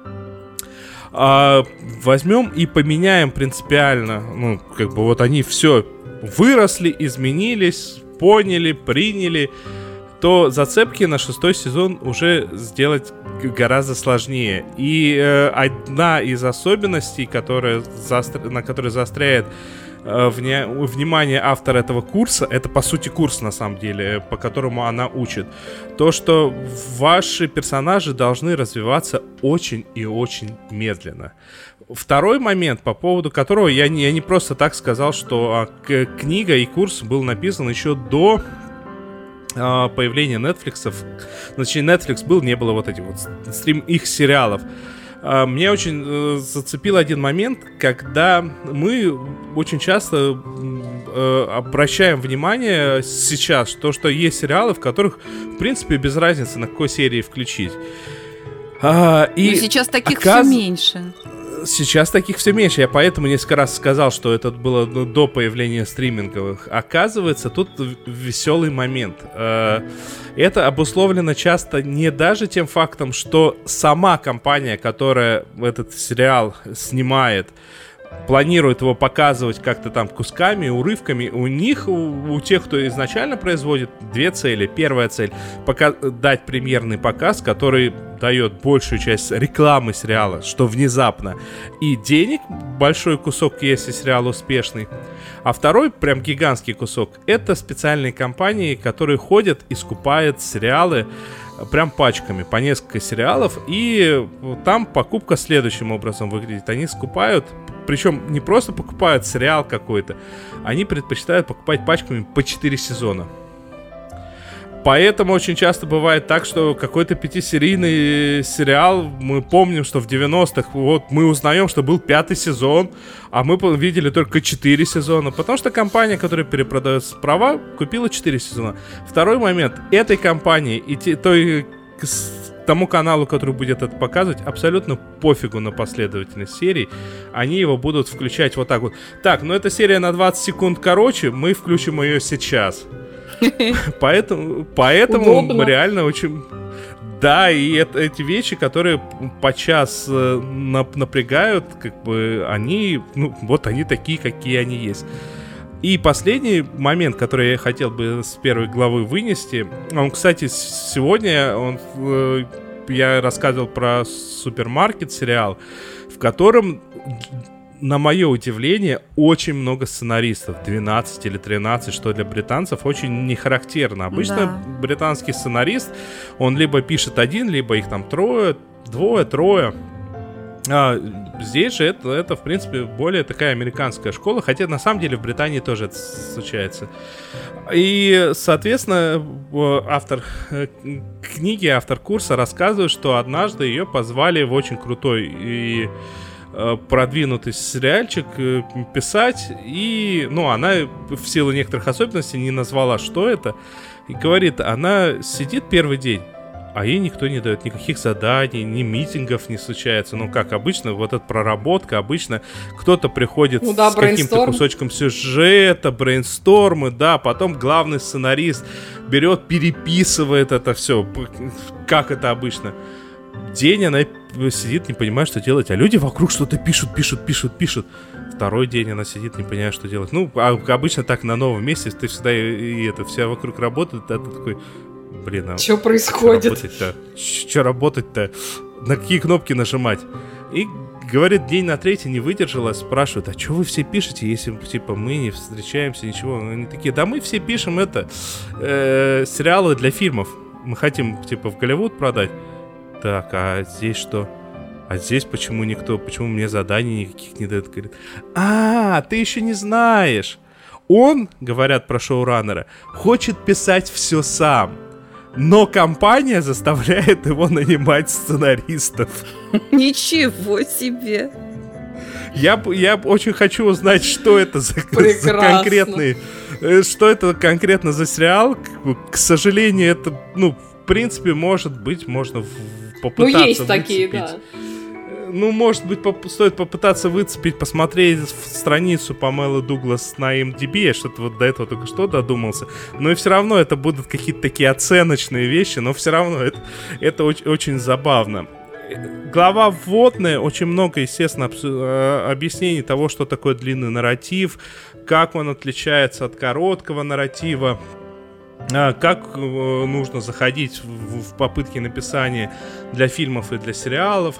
возьмем и поменяем принципиально, они все выросли, изменились, поняли, приняли, то зацепки на 6-й сезон уже сделать гораздо сложнее. И одна из особенностей, на которой заостряет внимание автора этого курса, это по сути курс на самом деле, по которому она учит, то, что ваши персонажи должны развиваться очень и очень медленно. Второй момент, по поводу которого я не просто так сказал, что книга и курс был написан еще до появления Netflix. Значит, Netflix не было вот этих вот их сериалов. Мне очень зацепил один момент, когда мы очень часто обращаем внимание сейчас, что есть сериалы, в которых, в принципе, без разницы, на какой серии включить. Но сейчас таких все меньше. Сейчас таких все меньше. Я поэтому несколько раз сказал, что это было до появления стриминговых. Оказывается, тут веселый момент. Это обусловлено часто не даже тем фактом, что сама компания, которая этот сериал снимает, планирует его показывать как-то там кусками, урывками. У них, у тех, кто изначально производит, две цели. Первая цель — дать премьерный показ, который дает большую часть рекламы сериала, что внезапно. И денег, большой кусок, если сериал успешный. А второй, прям гигантский кусок, это специальные компании, которые ходят и скупают сериалы прям пачками, по несколько сериалов. И там покупка следующим образом выглядит. Они скупают, причем не просто покупают сериал какой-то, они предпочитают покупать пачками по 4 сезона. Поэтому очень часто бывает так, что какой-то 5-серийный сериал, мы помним, что в 90-х вот мы узнаем, что был 5-й сезон, а мы видели только 4 сезона, потому что компания, которая перепродает права, купила 4 сезона. Второй момент, этой компании и тому каналу, который будет это показывать, абсолютно пофигу на последовательность серий. Они его будут включать вот так вот. Так, ну эта серия на 20 секунд короче, мы включим ее сейчас. Поэтому реально очень... Да, и эти вещи, которые подчас напрягают, как бы они, они такие, какие они есть. И последний момент, который я хотел бы с первой главы вынести, он, кстати, сегодня я рассказывал про супермаркет сериал, в котором, на мое удивление, очень много сценаристов, 12 или 13, что для британцев очень не характерно. Обычно британский сценарист, он либо пишет один, либо их там двое. А здесь же это, в принципе, более такая американская школа, хотя на самом деле в Британии тоже это случается. И, соответственно, автор книги, автор курса рассказывает, что однажды ее позвали в очень крутой и продвинутый сериальчик писать, и, она в силу некоторых особенностей не назвала, что это, и говорит, она сидит первый день, а ей никто не дает никаких заданий, ни митингов не случается. Как обычно, вот эта проработка, обычно кто-то приходит с каким-то кусочком сюжета, брейнстормы, потом главный сценарист берет, переписывает это все, как это обычно. День она сидит, не понимает, что делать, а люди вокруг что-то пишут. Второй день она сидит, не понимает, что делать. Обычно так на новом месте, ты всегда все вокруг работают, а ты такой... Блин, что происходит? Что работать-то? На какие кнопки нажимать? И, говорит, день на третий не выдержала, спрашивает, а что вы все пишете, если, мы не встречаемся, ничего? Они такие, мы все пишем сериалы для фильмов. Мы хотим, в Голливуд продать. Так, а здесь что? А здесь почему мне заданий никаких не дают? Говорит, ты еще не знаешь. Он, говорят про шоураннера, хочет писать все сам. Но компания заставляет его нанимать сценаристов. Ничего себе! Я очень хочу узнать, что это за конкретный... Что это конкретно за сериал. К сожалению, это, в принципе, может быть, можно попытаться есть выцепить. Такие, да. Может быть, стоит попытаться выцепить, посмотреть страницу Памелы Дуглас на IMDb. Я что-то вот до этого только что додумался. Но и все равно это будут какие-то такие оценочные вещи, но все равно это очень, очень забавно. Глава вводная, очень много, естественно, объяснений того, что такое длинный нарратив, как он отличается от короткого нарратива, как нужно заходить в попытки написания для фильмов и для сериалов.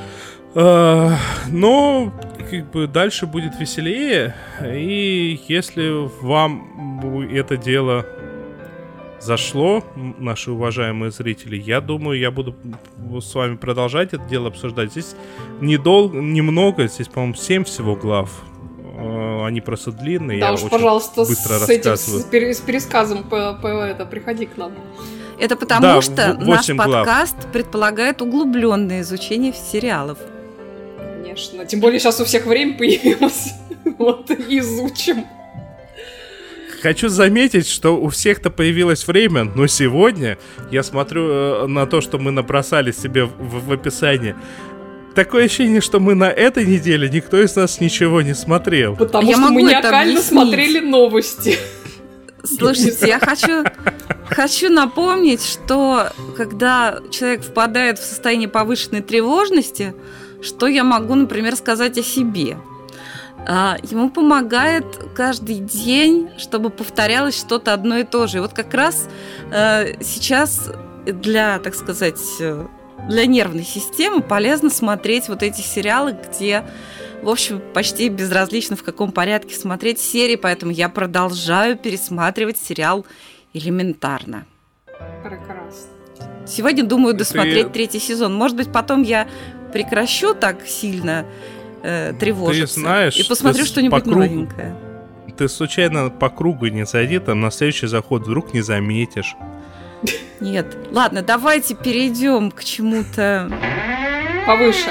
Но дальше будет веселее. И если вам это дело зашло, наши уважаемые зрители, я думаю, я буду с вами продолжать это дело обсуждать. Здесь немного, здесь, по-моему, 7 всего глав. Они просто длинные. Да я уж, очень пожалуйста, быстро с рассказываю. С пересказом приходи к нам. Это потому, что наш 8 глав. подкаст предполагает углубленное изучение сериалов. Конечно. Тем более сейчас у всех время появилось. Вот, изучим. Хочу заметить, что у всех-то появилось время, но сегодня я смотрю на то, что мы набросали себе в описании. Такое ощущение, что мы на этой неделе никто из нас ничего не смотрел. Потому что мы маниакально смотрели новости. Слушайте, я хочу напомнить, что когда человек впадает в состояние повышенной тревожности, что я могу, например, сказать о себе? Ему помогает каждый день, чтобы повторялось что-то одно и то же. И вот как раз сейчас для, так сказать, для нервной системы полезно смотреть вот эти сериалы, где, в общем, почти безразлично, в каком порядке смотреть серии, поэтому я продолжаю пересматривать сериал «Элементарно». Прекрасно. Сегодня думаю досмотреть 3-й сезон. Может быть, потом я прекращу так сильно тревожиться. Ты знаешь, и посмотрю что-нибудь новенькое. Ты случайно по кругу не зайди, там на следующий заход вдруг не заметишь. Нет. Ладно, давайте перейдем к чему-то повыше.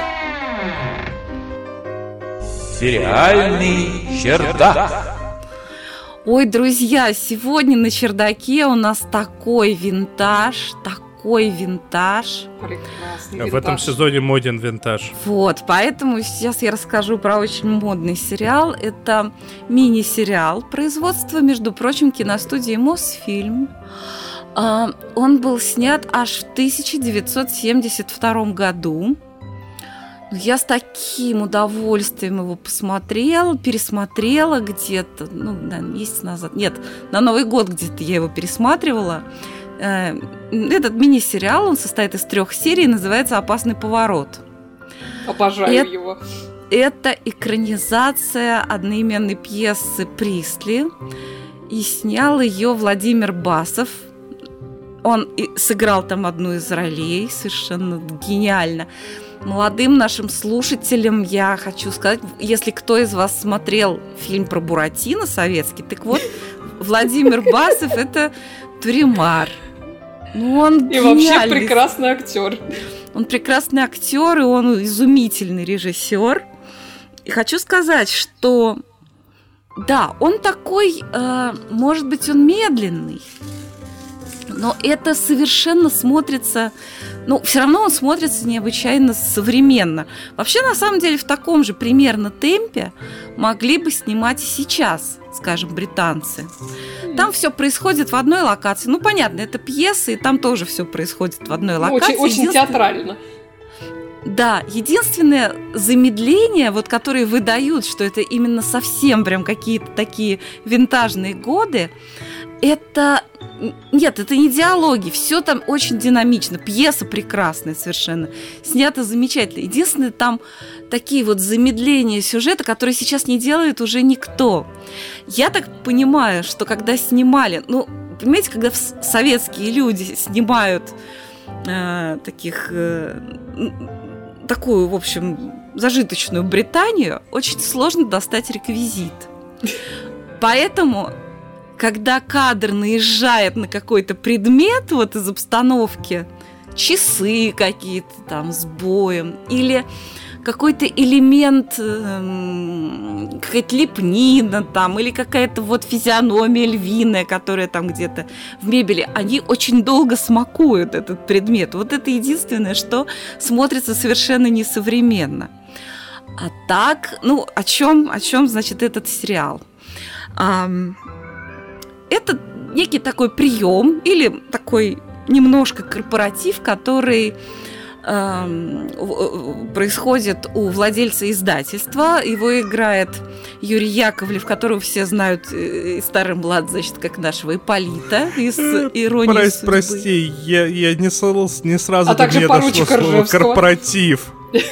Сериальный чердак. Ой, друзья, сегодня на чердаке у нас такой винтаж. Прекрасный винтаж. В этом сезоне моден винтаж. Вот, поэтому сейчас я расскажу про очень модный сериал. Это мини-сериал производства, между прочим, киностудии «Мосфильм». Он был снят аж в 1972 году. Я с таким удовольствием его пересмотрела где-то, месяц назад. Нет, на Новый год где-то я его пересматривала. Этот мини-сериал, он состоит из 3 серий, называется «Опасный поворот». Обожаю его. Это экранизация одноименной пьесы Присли. И снял ее Владимир Басов. Он сыграл там одну из ролей, совершенно гениально. Молодым нашим слушателям я хочу сказать, если кто из вас смотрел фильм про Буратино советский, так вот, Владимир Басов – это Туримар. Он и вообще прекрасный актер. Он прекрасный актер, и он изумительный режиссер. И хочу сказать, что да, он такой, может быть, он медленный, но это совершенно смотрится, все равно он смотрится необычайно современно. Вообще, на самом деле, в таком же примерно темпе могли бы снимать и сейчас, скажем, британцы. Там все происходит в одной локации. Понятно, это пьеса, и там тоже все происходит в одной локации. Очень театрально. Да, единственное замедление, которое выдают, что это именно совсем прям какие-то такие винтажные годы, это не диалоги, все там очень динамично, пьеса прекрасная совершенно, снята замечательно. Единственное, там такие замедления сюжета, которые сейчас не делает уже никто. Я так понимаю, что когда снимали, понимаете, когда советские люди снимают такую, в общем, зажиточную Британию, очень сложно достать реквизит. Поэтому, когда кадр наезжает на какой-то предмет из обстановки, часы какие-то там с боем, или какой-то элемент, какая-то лепнина там, или какая-то физиономия львиная, которая там где-то в мебели, они очень долго смакуют этот предмет. Это единственное, что смотрится совершенно несовременно. А так, о чем, значит, этот сериал? Это некий такой прием или такой немножко корпоратив, который происходит у владельца издательства. Его играет Юрий Яковлев, которого все знают из «Старый млад», значит, как нашего Ипполита из «Иронии судьбы». Прости, я не сразу до меня дошло слово «корпоратив».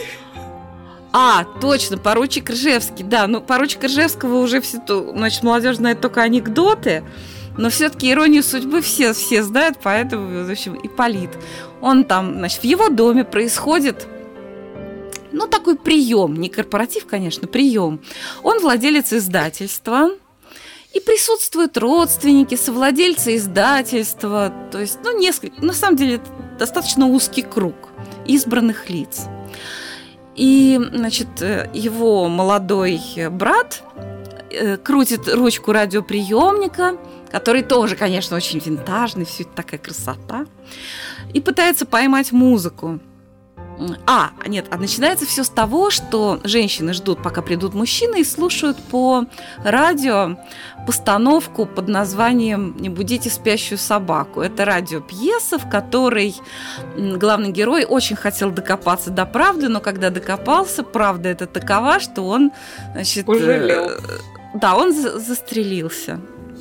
Точно, поручик Ржевский. Да, поручик Ржевского уже все, значит, молодежь знает только анекдоты, но все-таки «Иронию судьбы» все знают, поэтому, в общем, Ипполит. Он там, значит, в его доме происходит, такой прием, не корпоратив, конечно, прием. Он владелец издательства, И присутствуют родственники, совладельцы издательства. То есть, на самом деле, это достаточно узкий круг избранных лиц. И, значит, его молодой брат крутит ручку радиоприемника, который тоже, конечно, очень винтажный, все это такая красота, и пытается поймать музыку. Начинается все с того, что женщины ждут, пока придут мужчины, и слушают по радио постановку под названием «Не будите спящую собаку». Это радиопьеса, в которой главный герой очень хотел докопаться до правды, но когда докопался, правда это такова, что он, значит, пожалел. Он застрелился.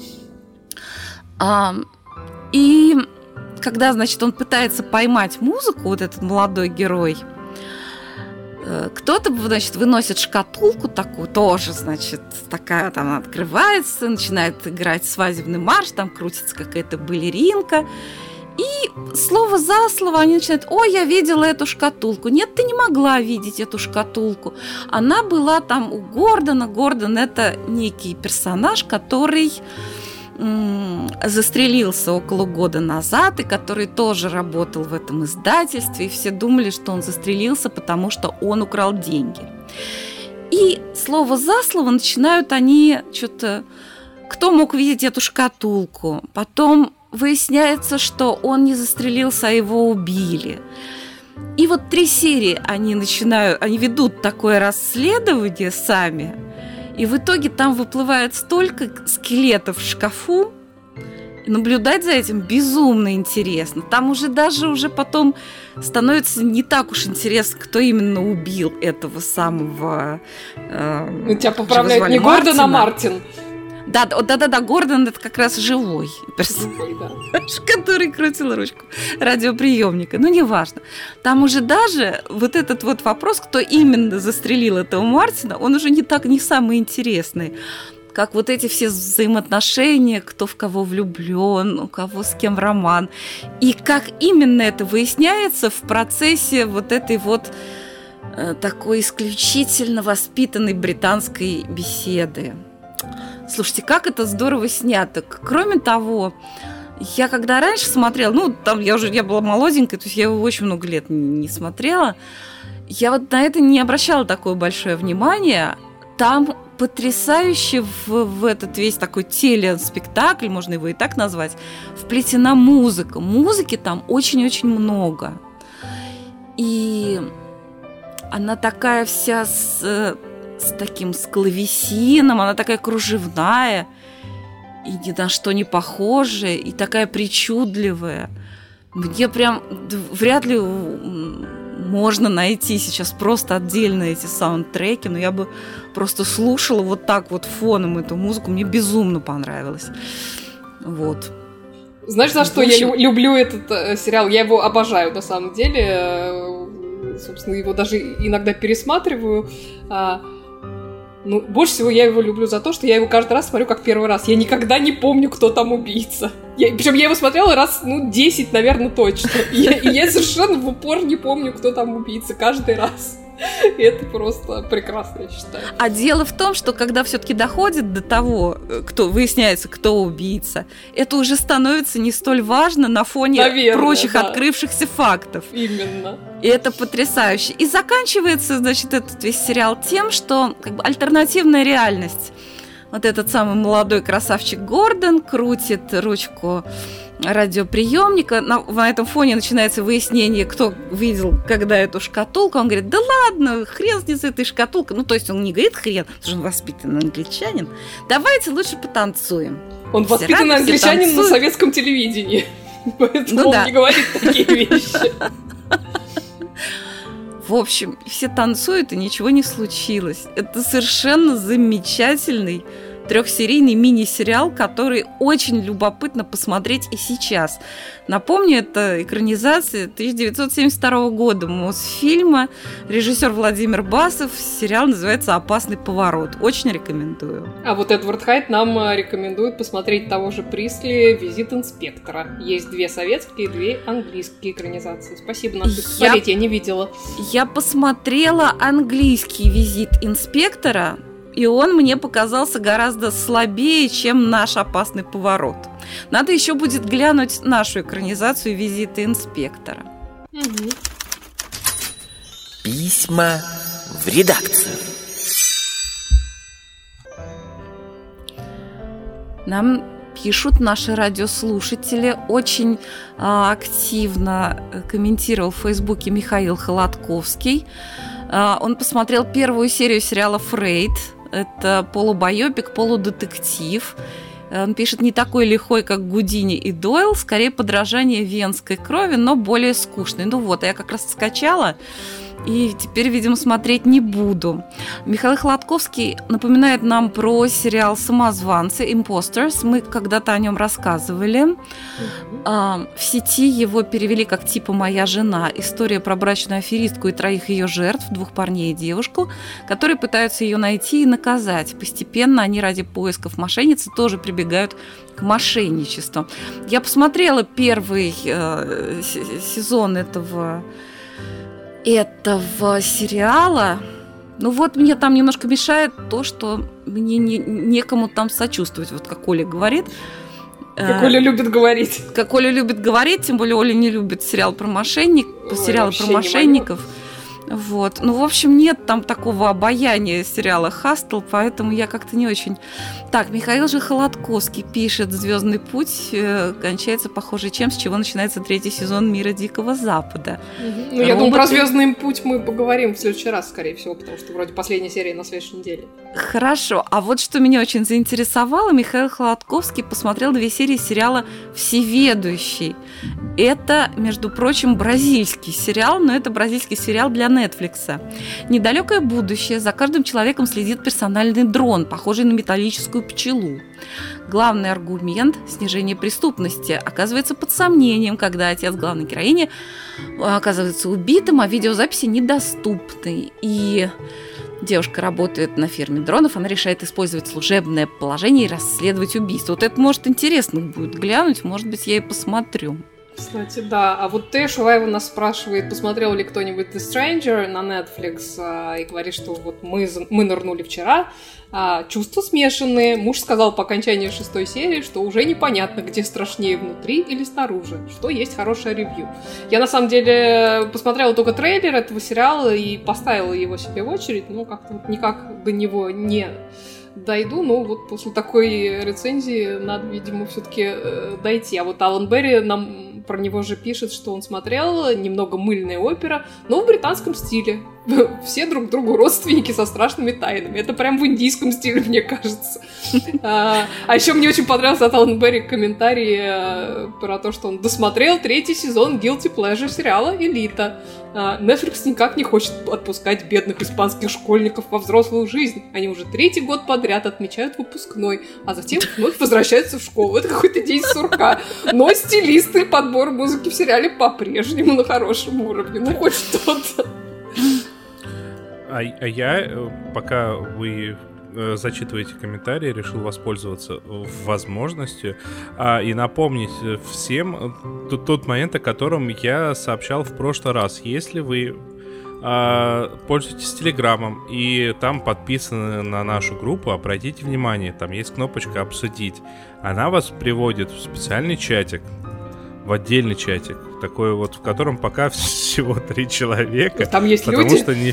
И когда, значит, он пытается поймать музыку, вот этот молодой герой, кто-то, значит, выносит шкатулку такую, тоже, значит, такая, там она открывается, начинает играть свадебный марш, там крутится какая-то балеринка, и слово за слово они начинают: «Ой, я видела эту шкатулку». «Нет, ты не могла видеть эту шкатулку. Она была там у Гордона». Гордон – это некий персонаж, который застрелился около года назад, и который тоже работал в этом издательстве, и все думали, что он застрелился, потому что он украл деньги. И слово за слово начинают они что-то... Кто мог видеть эту шкатулку? Потом выясняется, что он не застрелился, а его убили. И вот 3 серии они ведут такое расследование сами. И в итоге там выплывает столько скелетов в шкафу, наблюдать за этим безумно интересно. Там уже потом становится не так уж интересно, кто именно убил этого самого... Тебя поправляют не Гордон, а Мартин. Да, Гордон – это как раз живой персонаж, который крутил ручку радиоприемника. Неважно. Там уже даже вот этот вот вопрос, кто именно застрелил этого Мартина, он уже не самый интересный. Как вот эти все взаимоотношения, кто в кого влюблен, у кого с кем роман. И как именно это выясняется в процессе вот этой вот такой исключительно воспитанной британской беседы. Слушайте, как это здорово снято. Кроме того, я когда раньше смотрела, я была молоденькая, то есть я его очень много лет не смотрела, я вот на это не обращала такое большое внимание. Там потрясающе в этот весь такой телеспектакль, можно его и так назвать, вплетена музыка. Музыки там очень-очень много. И она такая вся с клавесином, она такая кружевная и ни на что не похожая, и такая причудливая. Мне прям вряд ли можно найти сейчас просто отдельно эти саундтреки, но я бы просто слушала вот так вот фоном эту музыку, мне безумно понравилось. Вот. Знаешь, за что я люблю этот сериал? Я его обожаю, на самом деле. Собственно, его даже иногда пересматриваю. Больше всего я его люблю за то, что я его каждый раз смотрю как первый раз. Я никогда не помню, кто там убийца. Причем я его смотрела раз, 10, наверное, точно. И я совершенно в упор не помню, кто там убийца каждый раз. И это просто прекрасно, я считаю. А дело в том, что когда все-таки доходит до того, выясняется, кто убийца, это уже становится не столь важно на фоне прочих открывшихся фактов. Именно. И это потрясающе. И заканчивается, значит, этот весь сериал тем, что альтернативная реальность. Вот этот самый молодой красавчик Гордон крутит ручку радиоприемника. На этом фоне начинается выяснение, кто видел когда эту шкатулку. Он говорит: да ладно, хрен с этой шкатулкой. То есть он не говорит хрен, потому что он воспитанный англичанин. Давайте лучше потанцуем. Он воспитанный англичанин на советском телевидении. Поэтому он не говорит такие вещи. В общем, все танцуют, и ничего не случилось. Это совершенно замечательный 3-серийный мини-сериал, который очень любопытно посмотреть и сейчас. Напомню, это экранизация 1972 года Мосфильма, режиссер Владимир Басов. Сериал называется «Опасный поворот». Очень рекомендую. А вот Эдвард Хайт нам рекомендует посмотреть того же Присли «Визит инспектора». Есть 2 советские и 2 английские экранизации. Спасибо, надо посмотреть, я не видела. Я посмотрела английский «Визит инспектора». и он мне показался гораздо слабее, чем наш опасный поворот. Надо еще будет глянуть нашу экранизацию «Визиты инспектора». Письма в редакцию. Нам пишут наши радиослушатели. Очень активно комментировал в Фейсбуке Михаил Холодковский. Он посмотрел первую серию сериала «Фрейд». Это полубайопик, полудетектив. Он пишет: не такой лихой, как Гудини и Дойл, скорее подражание венской крови, но более скучный. Ну вот, я как раз скачала, и теперь, видимо, смотреть не буду. Михаил Холодковский напоминает нам про сериал «Самозванцы» «Imposters». Мы когда-то о нем рассказывали. В сети его перевели как типа «Моя жена». История про брачную аферистку и 3 ее жертв, 2 парней и девушку, которые пытаются ее найти и наказать. Постепенно они ради поисков мошенницы тоже прибегают к мошенничеству. Я посмотрела первый сезон этого сериала. Ну вот мне там немножко мешает то, что мне некому там сочувствовать, вот как Оля говорит. Как Оля любит говорить. Как Оля любит говорить, тем более Оля не любит сериалы про мошенников. Вот. Ну, в общем, нет там такого обаяния сериала «Хастл», поэтому я как-то не очень... Так, Михаил же Холодковский пишет: «Звездный путь кончается похоже чем, с чего начинается 3-й сезон «Мира Дикого Запада». Ну, я думаю, про «Звездный путь» мы поговорим в следующий раз, скорее всего, потому что вроде последняя серия на следующей неделе. Хорошо. А вот что меня очень заинтересовало, Михаил Холодковский посмотрел 2 серии сериала «Всеведущий». Это, между прочим, бразильский сериал, но это бразильский сериал для Netflix. Недалекое будущее. За каждым человеком следит персональный дрон, похожий на металлическую пчелу. Главный аргумент – снижение преступности – оказывается под сомнением, когда отец главной героини оказывается убитым, а видеозаписи недоступны. И девушка работает на фирме дронов, она решает использовать служебное положение и расследовать убийство. Вот это, может, интересно будет глянуть, может быть, я и посмотрю. Кстати, да. А вот Тэ Шуваева нас спрашивает, посмотрел ли кто-нибудь The Stranger на Netflix, и говорит, что вот мы нырнули вчера. Чувства смешанные. Муж сказал по окончании 6-й серии, что уже непонятно, где страшнее, внутри или снаружи, что есть хорошее ревью. Я, на самом деле, посмотрела только трейлер этого сериала и поставила его себе в очередь, но как-то вот никак до него не дойду, но вот после такой рецензии надо, видимо, все-таки дойти. А вот Алан Берри нам про него же пишет, что он смотрел, немного мыльная опера, но в британском стиле. Все друг другу родственники со страшными тайнами. Это прям в индийском стиле, мне кажется. А еще мне очень понравился от Алана Берри комментарий про то, что он досмотрел 3-й сезон Guilty Pleasure сериала «Элита». Netflix никак не хочет отпускать бедных испанских школьников во взрослую жизнь. Они уже 3-й год подряд отмечают выпускной, а затем вновь возвращаются в школу. Это какой-то день сурка. Но стилисты и подбор музыки в сериале по-прежнему на хорошем уровне. Ну, хоть что-то. А я, пока вы зачитываете комментарии, решил воспользоваться возможностью и напомнить всем тот момент, о котором я сообщал в прошлый раз. Если вы пользуетесь Телеграмом и там подписаны на нашу группу, обратите внимание, там есть кнопочка «Обсудить». Она вас приводит в специальный чатик, в отдельный чатик, такой вот, в котором пока всего 3 человека. Там есть потому люди? Что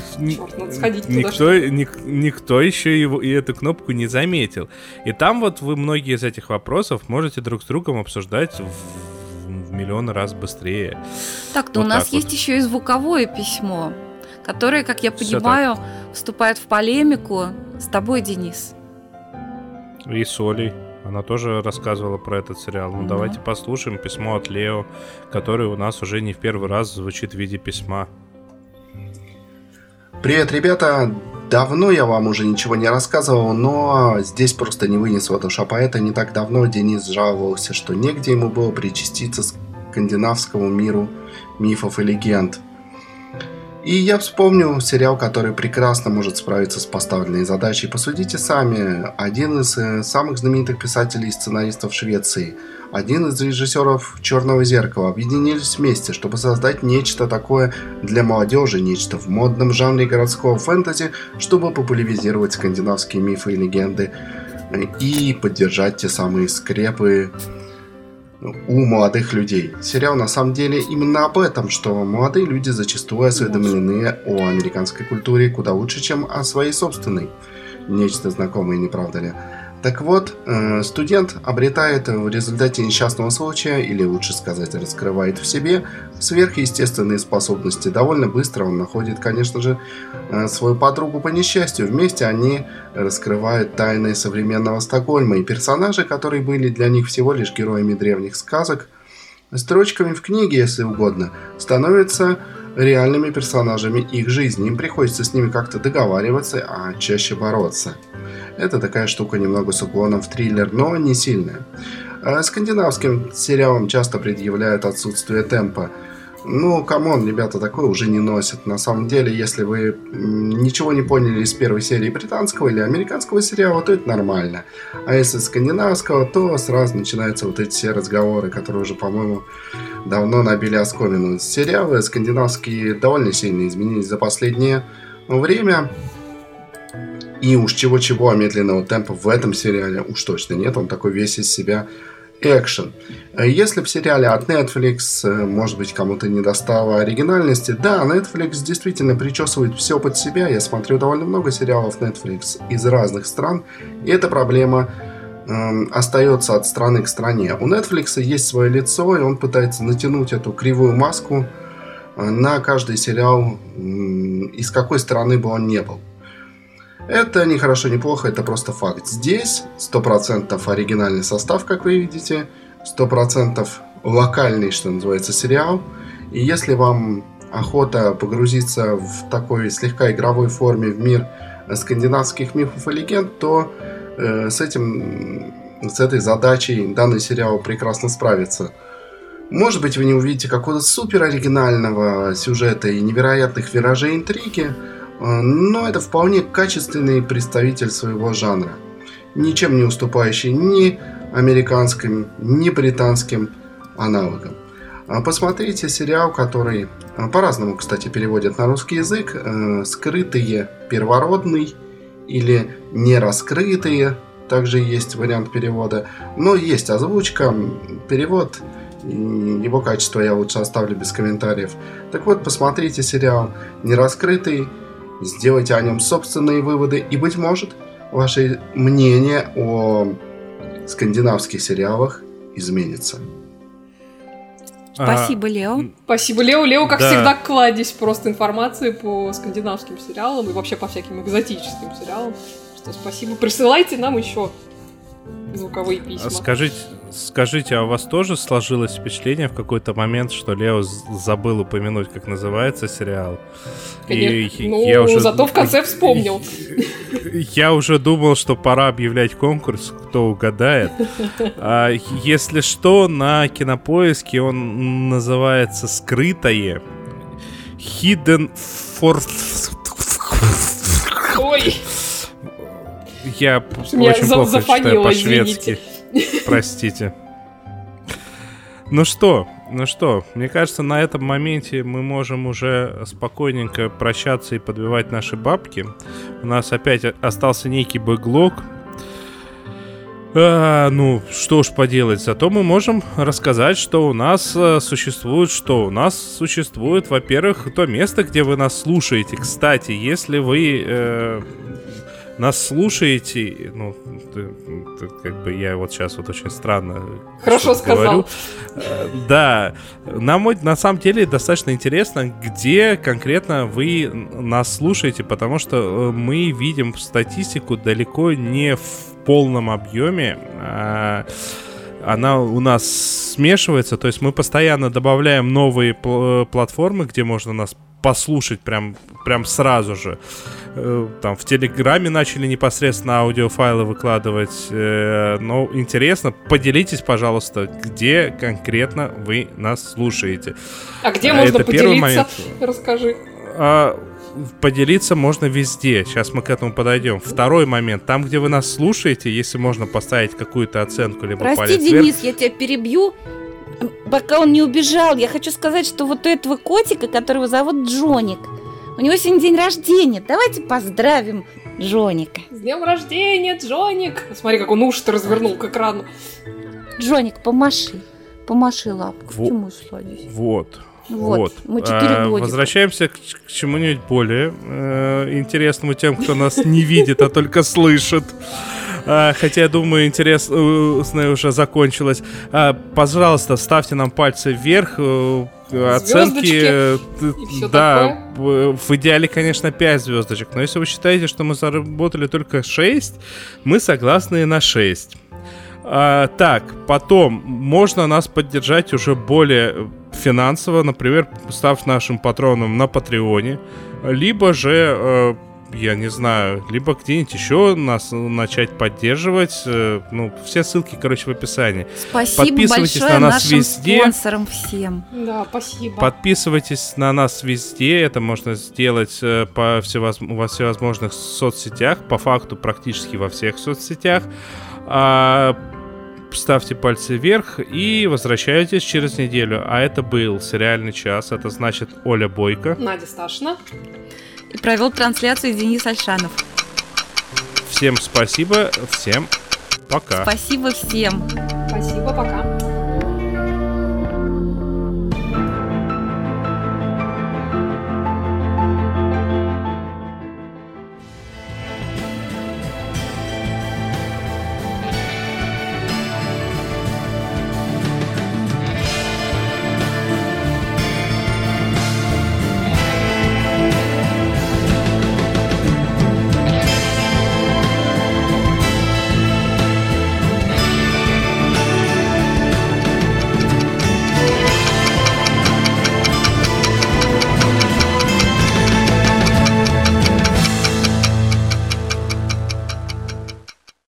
никто еще и эту кнопку не заметил. И там вот вы многие из этих вопросов можете друг с другом обсуждать в миллион раз быстрее. Так, но вот у нас есть еще и звуковое письмо, которое, как я понимаю, вступает в полемику с тобой, Денис. И с Олей. Она тоже рассказывала про этот сериал. Ну, давайте послушаем письмо от Лео, которое у нас уже не в первый раз звучит в виде письма. Привет, ребята! Давно я вам уже ничего не рассказывал, но здесь просто не вынесла душа поэта. Не так давно Денис жаловался, что негде ему было причаститься к скандинавскому миру мифов и легенд. И я вспомнил сериал, который прекрасно может справиться с поставленной задачей. Посудите сами, один из самых знаменитых писателей и сценаристов Швеции, один из режиссеров «Черного зеркала» объединились вместе, чтобы создать нечто такое для молодежи, нечто в модном жанре городского фэнтези, чтобы популяризировать скандинавские мифы и легенды и поддержать те самые скрепы у молодых людей. Сериал на самом деле именно об этом, что молодые люди зачастую осведомлены о американской культуре куда лучше, чем о своей собственной. Нечто знакомое, не правда ли? Так вот, студент обретает в результате несчастного случая, или лучше сказать, раскрывает в себе сверхъестественные способности. Довольно быстро он находит, конечно же, свою подругу по несчастью. Вместе они раскрывают тайны современного Стокгольма. И персонажи, которые были для них всего лишь героями древних сказок, строчками в книге, если угодно, становятся реальными персонажами их жизни. Им приходится с ними как-то договариваться, а чаще бороться. Это такая штука немного с уклоном в триллер, но не сильная. Скандинавским сериалам часто предъявляют отсутствие темпа. Ну, камон, ребята, такое уже не носят. На самом деле, если вы ничего не поняли из первой серии британского или американского сериала, то это нормально. А если скандинавского, то сразу начинаются вот эти все разговоры, которые уже, по-моему, давно набили оскомину. Сериалы скандинавские довольно сильно изменились за последнее время. И уж чего-чего, а медленного темпа в этом сериале уж точно нет. Он такой весь из себя экшен. Если в сериале от Netflix, может быть, кому-то не достало оригинальности, да, Netflix действительно причесывает все под себя. Я смотрю довольно много сериалов Netflix из разных стран, и эта проблема остается от страны к стране. У Netflix есть свое лицо, и он пытается натянуть эту кривую маску на каждый сериал, из какой страны бы он ни был. Это не хорошо, не плохо, это просто факт. Здесь 100% оригинальный состав, как вы видите, 100% локальный, что называется, сериал. И если вам охота погрузиться в такой слегка игровой форме в мир скандинавских мифов и легенд, то с этой задачей данный сериал прекрасно справится. Может быть, вы не увидите какого-то супер оригинального сюжета и невероятных виражей интриги, но это вполне качественный представитель своего жанра, ничем не уступающий ни американским, ни британским аналогам. Посмотрите сериал, который по-разному, кстати, переводят на русский язык. «Скрытые первородный» или «Нераскрытые», также есть вариант перевода, но есть озвучка, перевод, его качество я лучше оставлю без комментариев. Так вот, посмотрите сериал «Нераскрытый», сделайте о нем собственные выводы, и, быть может, ваше мнение о скандинавских сериалах изменится. Спасибо, Лео. Спасибо, Лео. Лео, как всегда, кладезь просто информации по скандинавским сериалам и вообще по всяким экзотическим сериалам. Что спасибо. Присылайте нам еще звуковые письма. Скажите, а у вас тоже сложилось впечатление в какой-то момент, что Лео забыл упомянуть, как называется сериал? Конечно. Зато в конце вспомнил. Я уже думал, что пора объявлять конкурс, кто угадает. Если что, на Кинопоиске он называется «Скрытое». Hidden for... Ой! Я очень плохо читаю по-шведски. Простите. Ну что, мне кажется, на этом моменте мы можем уже спокойненько прощаться и подбивать наши бабки. У нас опять остался некий бэклог. Ну, что уж поделать, зато мы можем рассказать, что у нас существует. Во-первых, то место, где вы нас слушаете. Кстати, если вы... нас слушаете, ну, как бы я вот сейчас вот очень странно хорошо сказал. Говорю. Да, на самом деле достаточно интересно, где конкретно вы нас слушаете, потому что мы видим статистику далеко не в полном объеме. Она у нас смешивается, то есть мы постоянно добавляем новые платформы, где можно нас послушать прям сразу же. Там в Телеграме начали непосредственно аудиофайлы выкладывать. Но интересно, поделитесь, пожалуйста, где конкретно вы нас слушаете. А где можно поделиться? Расскажи. поделиться можно везде. Сейчас мы к этому подойдем. Второй момент. Там, где вы нас слушаете, если можно поставить какую-то оценку, либо Прости, палец Денис, вверх. я тебя перебью. Пока он не убежал, я хочу сказать, что вот у этого котика, которого зовут Джоник, у него сегодня день рождения. Давайте поздравим Джоника. С днем рождения, Джоник! Смотри, как он уши-то развернул к экрану. Джоник, помаши лапку. Почему сладись? Вот. Мы 4 годика. Возвращаемся к чему-нибудь более интересному тем, кто нас не видит, а только слышит. Хотя, я думаю, интересное уже закончилось. Пожалуйста, ставьте нам пальцы вверх. Оценки, да, в идеале, конечно, 5 звездочек. Но если вы считаете, что мы заработали только 6, мы согласны на 6. Так, потом можно нас поддержать уже более финансово, например, став нашим патроном на Патреоне, либо же, я не знаю, либо где-нибудь еще нас начать поддерживать. Все ссылки, короче, в описании. Спасибо Подписывайтесь большое на нас нашим везде. спонсорам всем. Да, спасибо. Подписывайтесь на нас везде. Это можно сделать во всевозможных соцсетях. По факту практически во всех соцсетях. Ставьте пальцы вверх и возвращайтесь через неделю. А это был сериальный час. Это значит Оля Бойко, Надя Сташина. И провел трансляцию Денис Альшанов. Всем спасибо, всем пока. Спасибо всем. Спасибо, пока.